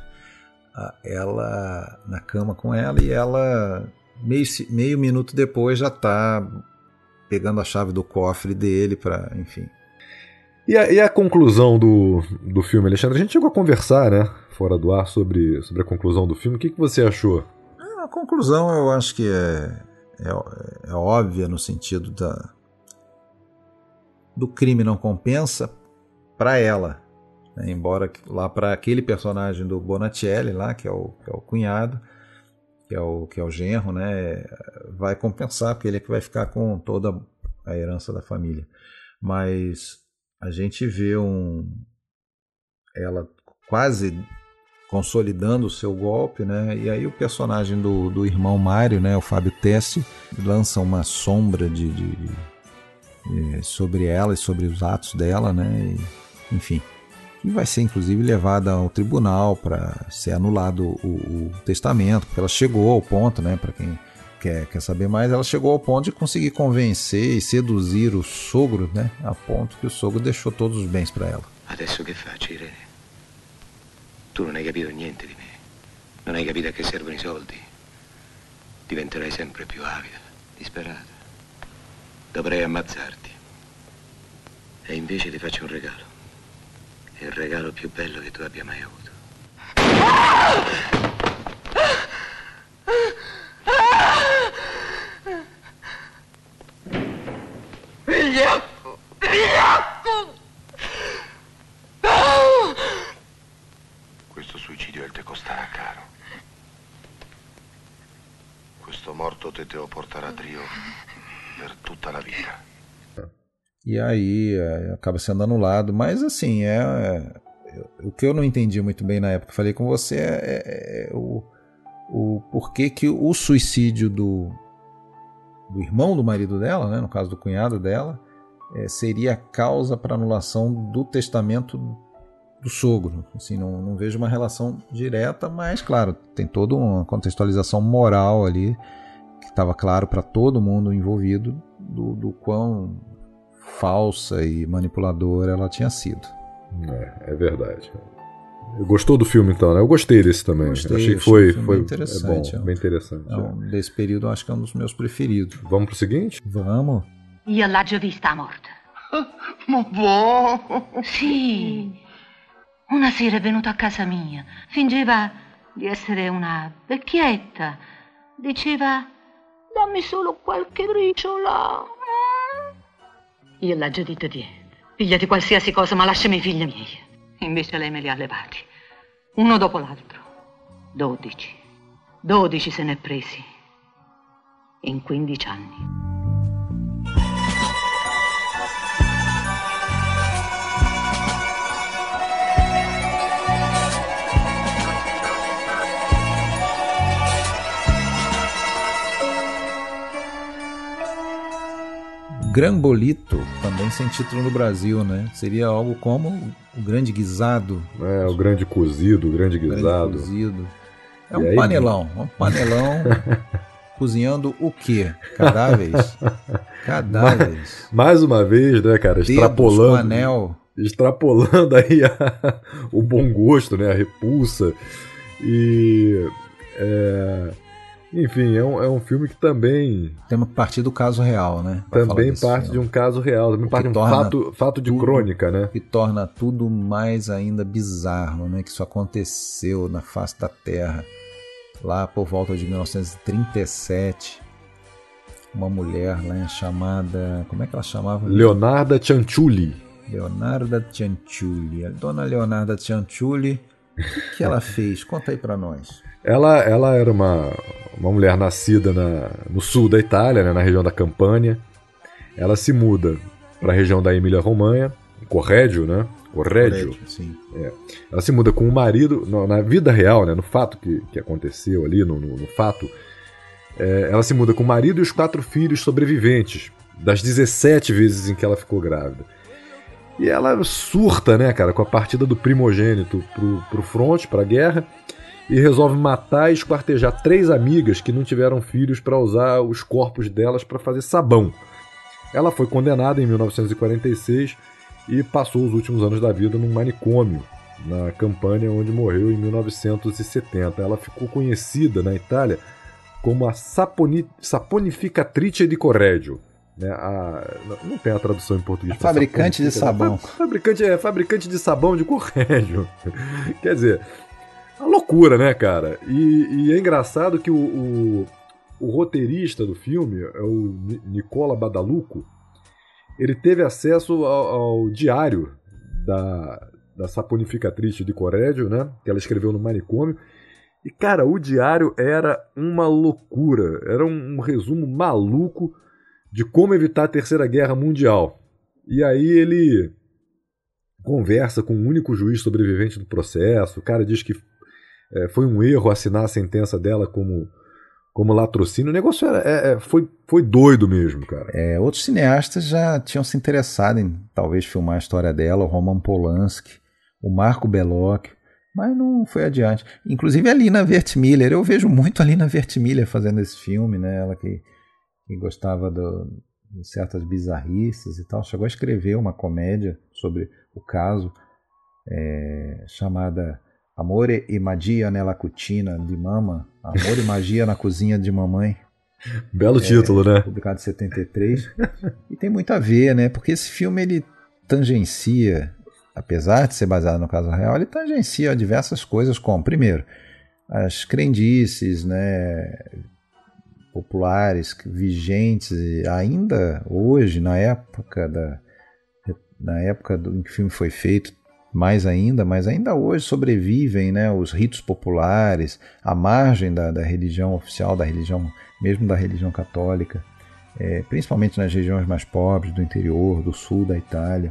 Speaker 1: ela na cama com ela e ela meio minuto depois já está pegando a chave do cofre dele para, enfim.
Speaker 2: E a conclusão do filme, Alexandre? A gente chegou a conversar, né, fora do ar sobre a conclusão do filme. O que você achou?
Speaker 1: A conclusão eu acho que é óbvia no sentido do crime não compensa para ela. Embora lá para aquele personagem do Bonatielli lá, que é o cunhado, que é o genro, né, vai compensar, porque ele é que vai ficar com toda a herança da família. Mas a gente vê ela quase consolidando o seu golpe, né, e aí o personagem do irmão Mário, né, o Fábio Tessi, lança uma sombra sobre ela e sobre os atos dela, né, enfim. E vai ser inclusive levada ao tribunal para ser anulado o testamento, porque ela chegou ao ponto, né, para quem quer saber mais, ela chegou ao ponto de conseguir convencer e seduzir o sogro, né, a ponto que o sogro deixou todos os bens para ela.
Speaker 16: Adesso che faccio, Irene? Tu non hai capito niente di me, non hai capito a che servono i soldi. Diventerai sempre più avida, disperata. Dovrei ammazzarti. E invece ti faccio un regalo. È il regalo più bello che tu abbia mai avuto.
Speaker 7: Vigliacco!
Speaker 13: Questo suicidio te costerà caro.
Speaker 15: Questo morto te o portará trio per tutta la vita.
Speaker 1: E aí acaba sendo anulado, mas assim, o que eu não entendi muito bem na época, falei com você, é o porquê que o suicídio do irmão do marido dela, né, no caso do cunhado dela, seria a causa para anulação do testamento do sogro. Assim, não vejo uma relação direta, mas claro, tem toda uma contextualização moral ali, que estava claro para todo mundo envolvido do quão falsa e manipuladora ela tinha sido.
Speaker 2: É verdade. Gostou do filme então, né? Eu gostei desse também. Achei que foi
Speaker 1: bem interessante.
Speaker 2: Bem interessante.
Speaker 1: Desse período, eu acho que é um dos meus preferidos.
Speaker 2: Vamos pro seguinte?
Speaker 1: Vamos.
Speaker 9: Io l'ho già vista morta.
Speaker 15: Ma buono!
Speaker 9: Sì. Una sera è venuto a casa mia. Fingeva di essere una vecchietta. Diceva, dammi solo qualche briciola. Io l'ho già detto di pigliati qualsiasi cosa, ma lasciami i figli miei. Invece lei me li ha levati, uno dopo l'altro. 12 se ne è presi in 15 anni.
Speaker 1: Gran Bolito, também sem título no Brasil, né? Seria algo como o Grande Guisado.
Speaker 2: O Grande Cozido, o Grande Guisado.
Speaker 1: Cozido. É um panelão cozinhando o quê? Cadáveres?
Speaker 2: Mais uma vez, né, cara?
Speaker 1: Extrapolando. Anel.
Speaker 2: Extrapolando aí o bom gosto, né? A repulsa. E... Enfim, é um filme que também...
Speaker 1: Temos que partir do caso real, né?
Speaker 2: Também parte de um caso real, também parte de um fato de crônica, né?
Speaker 1: Que torna tudo mais ainda bizarro, né? Que isso aconteceu na face da Terra, lá por volta de 1937. Uma mulher lá chamada... Como é que ela chamava?
Speaker 2: Leonarda Cianciulli.
Speaker 1: A dona Leonarda Cianciulli, o que ela fez? Conta aí pra nós.
Speaker 2: Ela era uma mulher nascida no sul da Itália, né, na região da Campânia. Ela se muda para a região da Emília-Romanha, Correggio, né? Correggio.
Speaker 1: Sim.
Speaker 2: Ela se muda com o marido, na vida real, né, no fato que aconteceu ali, no fato. Ela se muda com o marido e os 4 filhos sobreviventes, das 17 vezes em que ela ficou grávida. E ela surta, né, cara, com a partida do primogênito pro fronte, pra guerra, e resolve matar e esquartejar 3 amigas que não tiveram filhos para usar os corpos delas para fazer sabão. Ela foi condenada em 1946 e passou os últimos anos da vida num manicômio na Campânia, onde morreu em 1970. Ela ficou conhecida na Itália como a Saponificatrice di Correggio. Né? Não tem a tradução em português.
Speaker 1: Fabricante de sabão.
Speaker 2: Fabricante de sabão de Correggio. Quer dizer... Uma loucura, né, cara? E é engraçado que o roteirista do filme, é o Nicola Badalucco, ele teve acesso ao diário da Saponificatrice di Correggio, né? Que ela escreveu no manicômio. E, cara, o diário era uma loucura. Era um resumo maluco de como evitar a Terceira Guerra Mundial. E aí ele conversa com o único juiz sobrevivente do processo. O cara diz que foi um erro assinar a sentença dela como latrocínio. O negócio foi doido mesmo, cara.
Speaker 1: Outros cineastas já tinham se interessado em talvez filmar a história dela, o Roman Polanski, o Marco Bellocchio, mas não foi adiante. Inclusive a Lina Wertmüller, eu vejo muito a Lina Wertmüller fazendo esse filme, né? Ela que gostava de certas bizarrices e tal, chegou a escrever uma comédia sobre o caso, chamada Amore e Magia nella Cucina di Mamma, Amor e Magia na Cozinha de Mamãe.
Speaker 2: Belo título, né?
Speaker 1: Publicado em 73. E tem muito a ver, né? Porque esse filme, ele tangencia, apesar de ser baseado no caso real, ele tangencia diversas coisas, como, primeiro, as crendices, né, populares, vigentes, ainda hoje, na época em que o filme foi feito, mais ainda, mas ainda hoje sobrevivem, né, os ritos populares, à margem da religião oficial, da religião, mesmo da religião católica, principalmente nas regiões mais pobres do interior, do sul da Itália.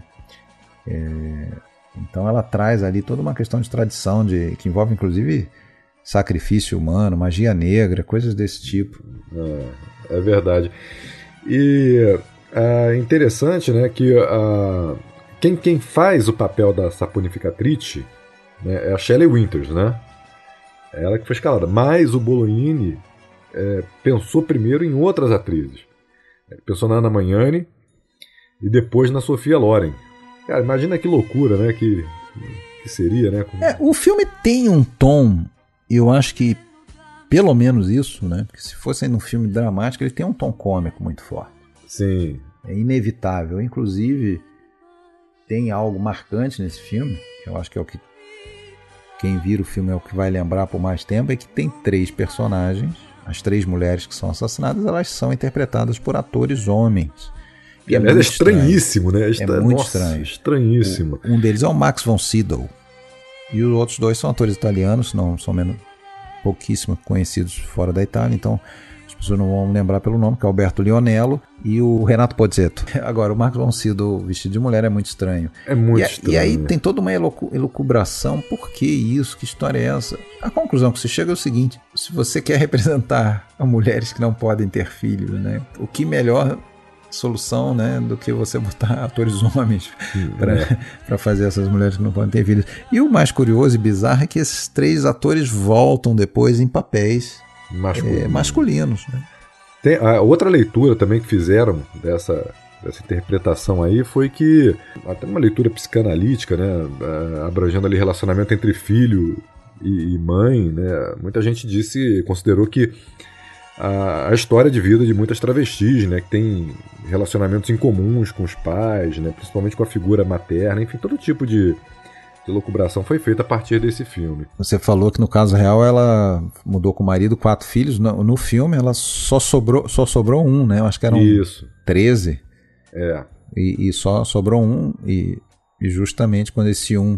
Speaker 1: Então ela traz ali toda uma questão de tradição, que envolve inclusive sacrifício humano, magia negra, coisas desse tipo.
Speaker 2: É verdade. E é interessante, né, que quem faz o papel da saponificatrice, né, é a Shelley Winters, né? É ela que foi escalada. Mas o Bolognini pensou primeiro em outras atrizes. Ele pensou na Anna Magnani e depois na Sophia Loren. Cara, imagina que loucura, né? Que seria, né?
Speaker 1: O filme tem um tom, eu acho que pelo menos isso, né? Porque se fosse um filme dramático, ele tem um tom cômico muito forte.
Speaker 2: Sim.
Speaker 1: É inevitável. Inclusive, tem algo marcante nesse filme, que eu acho que é o que quem vira o filme é o que vai lembrar por mais tempo, é que tem 3 personagens, as 3 mulheres que são assassinadas, elas são interpretadas por atores homens.
Speaker 2: E aliás, é estranhíssimo, né?
Speaker 1: É muito estranho.
Speaker 2: Estranhíssimo.
Speaker 1: Um deles é o Max von Sydow. E os outros 2 são atores italianos, não são pouquíssimo conhecidos fora da Itália, então as pessoas não vão lembrar pelo nome, que é Alberto Lionello e o Renato Pozzetto. Agora, o Max von Sydow vestido de mulher é muito estranho.
Speaker 2: É muito estranho.
Speaker 1: E aí tem toda uma elucubração. Por que isso? Que história é essa? A conclusão que se chega é o seguinte: se você quer representar mulheres que não podem ter filhos, né, o que melhor solução, né, do que você botar atores homens para fazer essas mulheres que não podem ter filhos. E o mais curioso e bizarro é que esses 3 atores voltam depois em papéis masculinos, né?
Speaker 2: Tem a outra leitura também que fizeram dessa interpretação aí foi que, até uma leitura psicanalítica, né, abrangendo ali relacionamento entre filho e mãe, né, muita gente considerou que a história de vida de muitas travestis, né, que tem relacionamentos incomuns com os pais, né, principalmente com a figura materna, enfim, todo tipo de elucubração foi feita a partir desse filme.
Speaker 1: Você falou que no caso real ela mudou com o marido, 4 filhos. No filme ela só sobrou um, né? Eu acho que eram 13. E só sobrou um. E justamente quando esse um...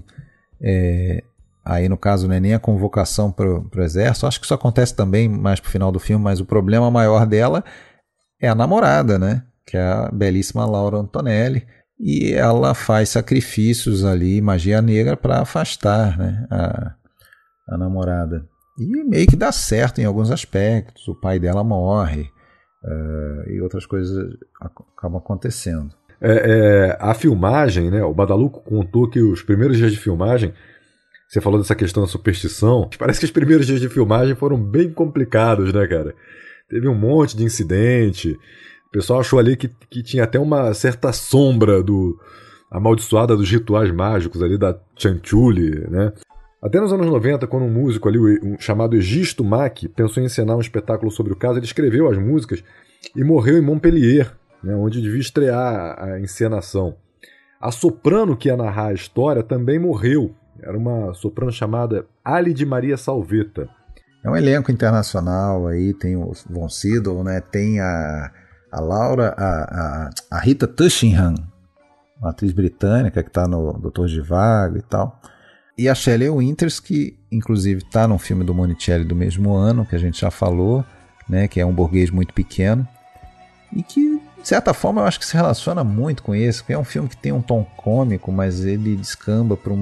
Speaker 1: aí no caso não é nem a convocação para o exército. Acho que isso acontece também mais pro final do filme, mas o problema maior dela é a namorada, né? Que é a belíssima Laura Antonelli. E ela faz sacrifícios ali, magia negra, para afastar, né, a namorada. E meio que dá certo em alguns aspectos. O pai dela morre e outras coisas acabam acontecendo.
Speaker 2: A filmagem, né, o Badalucco contou que os primeiros dias de filmagem, você falou dessa questão da superstição, parece que os primeiros dias de filmagem foram bem complicados, né, cara? Teve um monte de incidente. O pessoal achou ali que tinha até uma certa sombra amaldiçoada dos rituais mágicos ali da Cianciulli, né? Até nos anos 90, quando um músico ali, chamado Egisto Mack, pensou em encenar um espetáculo sobre o caso, ele escreveu as músicas e morreu em Montpellier, né, onde devia estrear a encenação. A soprano que ia narrar a história também morreu. Era uma soprano chamada Ali de Maria Salvetta.
Speaker 1: É um elenco internacional aí, tem o Von Sydow, né, tem a Laura, a Rita Tushingham, uma atriz britânica que está no Doutor Zhivago e tal. E a Shelley Winters, que inclusive está num filme do Monicelli do mesmo ano, que a gente já falou, né, que é Um Burguês Muito Pequeno. E que, de certa forma, eu acho que se relaciona muito com esse, porque é um filme que tem um tom cômico, mas ele descamba para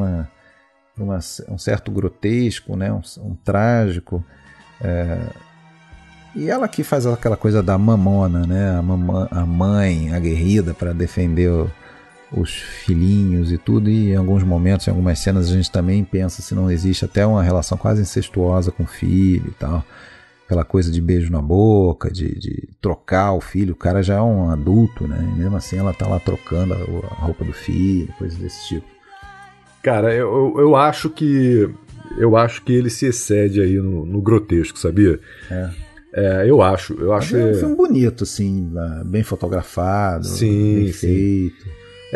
Speaker 1: um certo grotesco, né, um trágico. E ela que faz aquela coisa da mamona, né? A mãe aguerrida para defender os filhinhos e tudo. E em alguns momentos, em algumas cenas, a gente também pensa se não existe até uma relação quase incestuosa com o filho e tal. Aquela coisa de beijo na boca, de trocar o filho. O cara já é um adulto, né? E mesmo assim ela tá lá trocando a roupa do filho, coisas desse tipo.
Speaker 2: Cara, eu acho que ele se excede aí no grotesco, sabia? Eu acho.
Speaker 1: É um filme bonito, assim, bem fotografado, bem feito.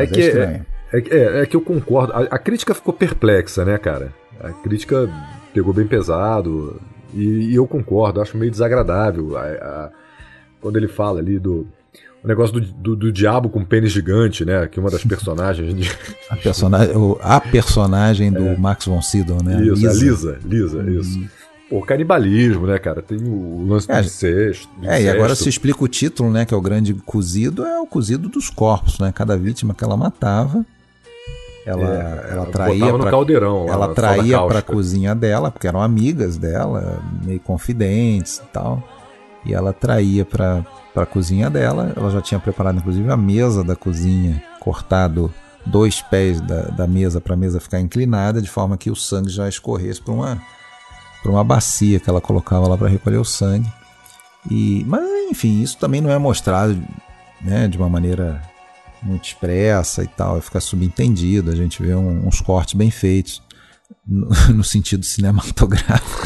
Speaker 2: É que eu concordo. A crítica ficou perplexa, né, cara? A crítica pegou bem pesado e eu concordo. Acho meio desagradável quando ele fala ali O negócio do diabo com pênis gigante, né? Que uma das personagens...
Speaker 1: A personagem do Max von Sydow, né?
Speaker 2: Isso, a Lisa, isso. Pô, canibalismo, né, cara? Tem o lance do incesto.
Speaker 1: E agora se explica o título, né? Que é o grande cozido, é o cozido dos corpos, né? Cada vítima que ela matava, ela traía
Speaker 2: no caldeirão.
Speaker 1: Ela traía pra cozinha dela, porque eram amigas dela, meio confidentes e tal. E ela traía pra cozinha dela. Ela já tinha preparado, inclusive, a mesa da cozinha, cortado 2 pés da mesa para a mesa ficar inclinada, de forma que o sangue já escorresse para uma bacia que ela colocava lá para recolher o sangue. Mas, enfim, isso também não é mostrado, né, de uma maneira muito expressa e tal, fica subentendido. A gente vê uns cortes bem feitos no sentido cinematográfico.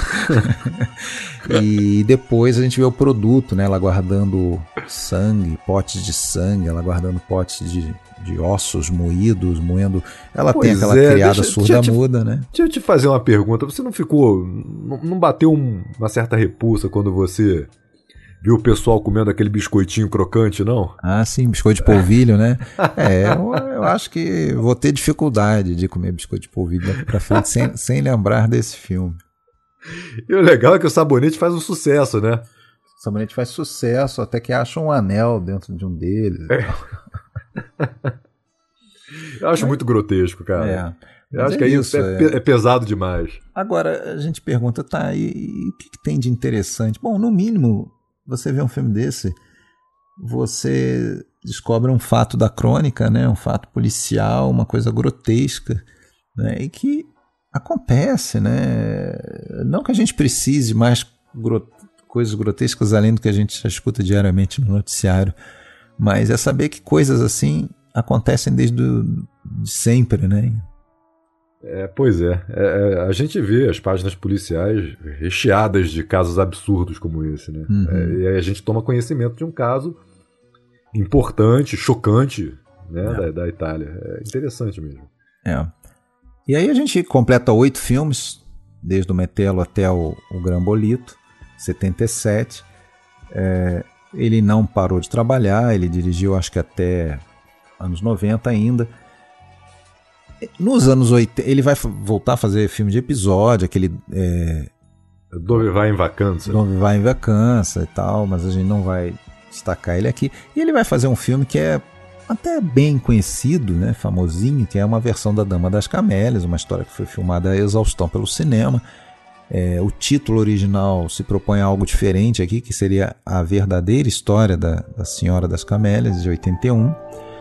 Speaker 1: E depois a gente vê o produto, né? Ela guardando sangue, potes de sangue, ela guardando potes de ossos moídos, moendo. Ela tem aquela criada surda-muda, né?
Speaker 2: Deixa eu te fazer uma pergunta. Você não bateu uma certa repulsa quando você viu o pessoal comendo aquele biscoitinho crocante, não?
Speaker 1: Ah, sim, biscoito de polvilho, né? Eu acho que vou ter dificuldade de comer biscoito de polvilho daqui pra frente sem lembrar desse filme.
Speaker 2: E o legal é que o sabonete faz um sucesso, né?
Speaker 1: O sabonete faz sucesso, até que acha um anel dentro de um deles.
Speaker 2: Eu acho muito grotesco, cara. Eu acho que isso é pesado demais.
Speaker 1: Agora, a gente pergunta, tá, e o que tem de interessante? Bom, no mínimo, você vê um filme desse, você descobre um fato da crônica, né? Um fato policial, uma coisa grotesca, né? E que acontece, né? Não que a gente precise mais coisas grotescas além do que a gente já escuta diariamente no noticiário, mas é saber que coisas assim acontecem desde sempre, né?
Speaker 2: Pois é. A gente vê as páginas policiais recheadas de casos absurdos como esse, né? E aí a gente toma conhecimento de um caso importante, chocante, né? Da Itália. É interessante mesmo.
Speaker 1: E aí a gente completa 8 filmes, desde o Metello até o Gran Bolito, 77. Ele não parou de trabalhar, ele dirigiu acho que até anos 90 ainda. Nos anos 80, ele vai voltar a fazer filme de episódio, aquele...
Speaker 2: Dove vai em Vacanza.
Speaker 1: Dove vai em Vacanza e tal, mas a gente não vai destacar ele aqui. E ele vai fazer um filme que é até bem conhecido, né, famosinho, que é uma versão da Dama das Camélias, uma história que foi filmada a exaustão pelo cinema. O título original se propõe a algo diferente aqui, que seria A Verdadeira História da Senhora das Camélias, de 81.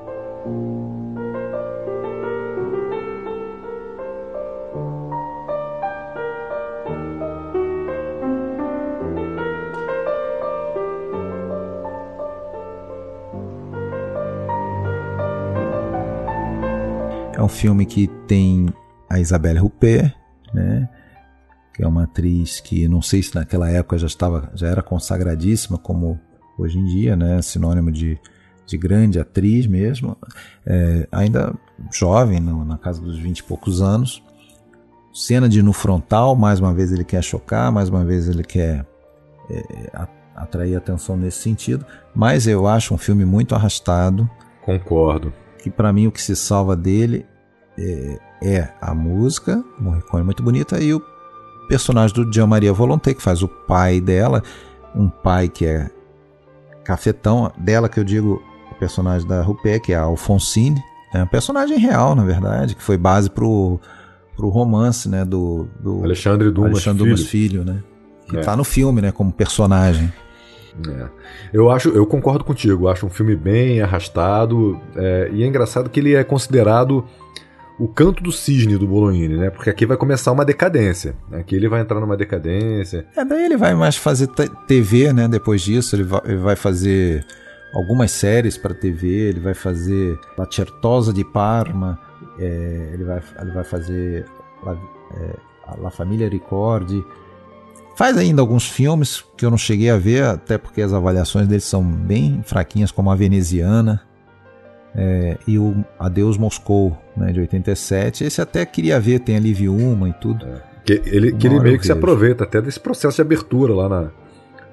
Speaker 1: É um filme que tem a Isabelle Huppert, né, que é uma atriz que não sei se naquela época já era consagradíssima como hoje em dia, né, sinônimo de grande atriz mesmo, ainda jovem, na casa dos 20 e poucos anos. Cena de no frontal, mais uma vez ele quer chocar, mais uma vez ele quer atrair atenção nesse sentido, mas eu acho um filme muito arrastado.
Speaker 2: Concordo.
Speaker 1: Que para mim o que se salva dele é a música, Morricone muito bonita, e o personagem do Gian Maria Volonté, que faz o pai dela, um pai que é cafetão, dela que eu digo, o personagem da Huppert, que é a Alfonsine, é um personagem real, na verdade, que foi base pro romance, né, do
Speaker 2: Alexandre Dumas
Speaker 1: Filho, né, que tá no filme, né, como personagem.
Speaker 2: Eu concordo contigo, acho um filme bem arrastado, e é engraçado que ele é considerado o canto do cisne do Bolognini, né? Porque aqui vai começar uma decadência, aqui ele vai entrar numa decadência.
Speaker 1: Daí ele vai mais fazer TV, né? Depois disso ele vai fazer algumas séries para TV, ele vai fazer La Certosa di Parma, ele vai fazer La Famiglia Ricordi. Faz ainda alguns filmes que eu não cheguei a ver, até porque as avaliações dele são bem fraquinhas, como A Veneziana e o Adeus Moscou, né, de 87. Esse até queria ver, tem a Liv Ullmann e tudo.
Speaker 2: Que ele meio que se aproveita até desse processo de abertura lá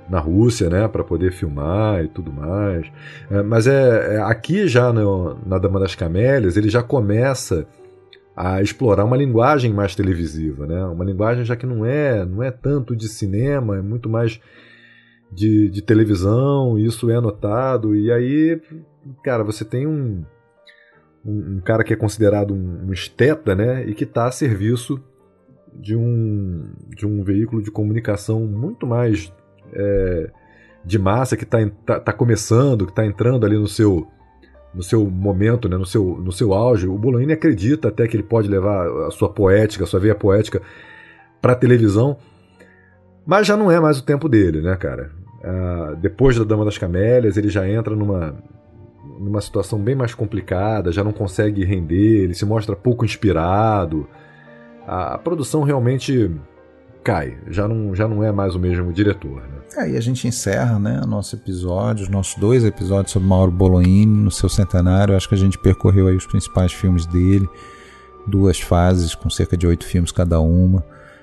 Speaker 2: na Rússia, né, para poder filmar e tudo mais. Mas aqui já na Dama das Camélias ele já começa a explorar uma linguagem mais televisiva, né? Uma linguagem já que não é tanto de cinema, é muito mais de televisão, isso é notado. E aí, cara, você tem um cara que é considerado um esteta, né, e que está a serviço de um veículo de comunicação muito mais de massa, que tá começando, que está entrando ali no seu momento, né, no seu auge. O Bolognini acredita até que ele pode levar a sua poética, a sua veia poética para a televisão, mas já não é mais o tempo dele, né, cara? Depois da Dama das Camélias, ele já entra numa situação bem mais complicada, já não consegue render, ele se mostra pouco inspirado. A produção realmente cai, já não é mais o mesmo diretor, né?
Speaker 1: Aí a gente encerra, né, nosso episódio, os nossos 2 episódios sobre Mauro Bolognini no seu centenário. Acho que a gente percorreu aí os principais filmes dele, 2 fases com cerca de 8 filmes cada uma.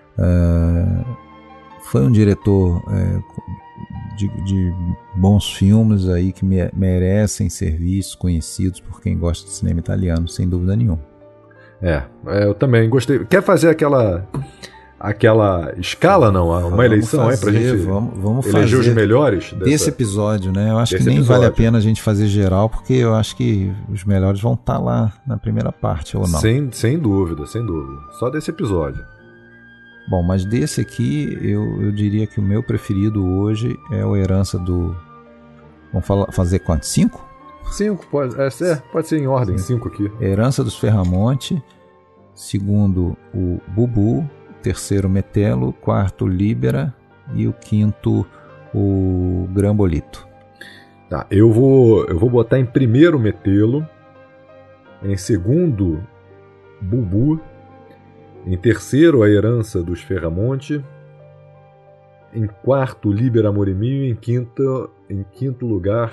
Speaker 1: Foi um diretor de bons filmes aí que merecem ser vistos, conhecidos por quem gosta de cinema italiano, sem dúvida nenhuma.
Speaker 2: Eu também gostei. Quer fazer aquela escala, não? Uma eleição aí pra gente
Speaker 1: vamos
Speaker 2: eleger
Speaker 1: fazer
Speaker 2: os melhores
Speaker 1: desse episódio, né? Eu acho que nem vale a pena a gente fazer geral, porque eu acho que os melhores vão estar lá na primeira parte, ou não?
Speaker 2: Sem dúvida. Só desse episódio.
Speaker 1: Bom, mas desse aqui, eu diria que o meu preferido hoje é o Herança do... Vamos fazer quanto? 5?
Speaker 2: 5, pode ser em ordem, 5 aqui.
Speaker 1: Herança dos Ferramonte, segundo o Bubu, terceiro Metelo, quarto Libera e o quinto o Grambolito.
Speaker 2: Tá, eu vou botar em primeiro Metelo, em segundo Bubu, em terceiro a Herança dos Ferramonte, em quarto Libera Amor Mio e em quinto lugar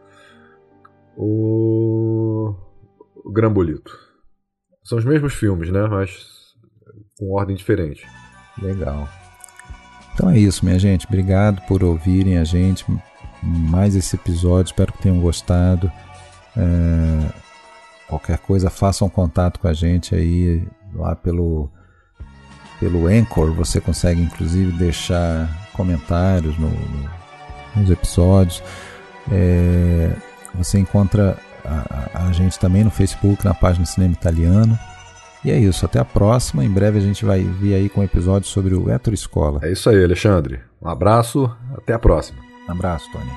Speaker 2: o Grambolito. São os mesmos filmes, né? Mas com ordem diferente.
Speaker 1: Legal. Então é isso, minha gente. Obrigado por ouvirem a gente. Mais esse episódio. Espero que tenham gostado. Qualquer coisa, façam contato com a gente aí lá pelo Anchor. Você consegue inclusive deixar comentários nos episódios. Você encontra a gente também no Facebook, na página Cinema Italiano. E é isso, até a próxima. Em breve a gente vai vir aí com um episódio sobre o Ettore Scola.
Speaker 2: É isso aí, Alexandre. Um abraço, até a próxima.
Speaker 1: Um abraço, Tony.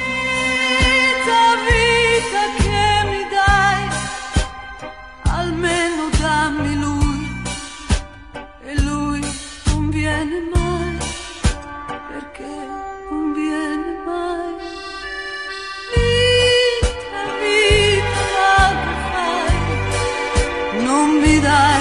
Speaker 17: Vita che mi dai, almeno dammi lui, e lui non viene mai, perché non viene mai. Vita, che fai? Non mi dai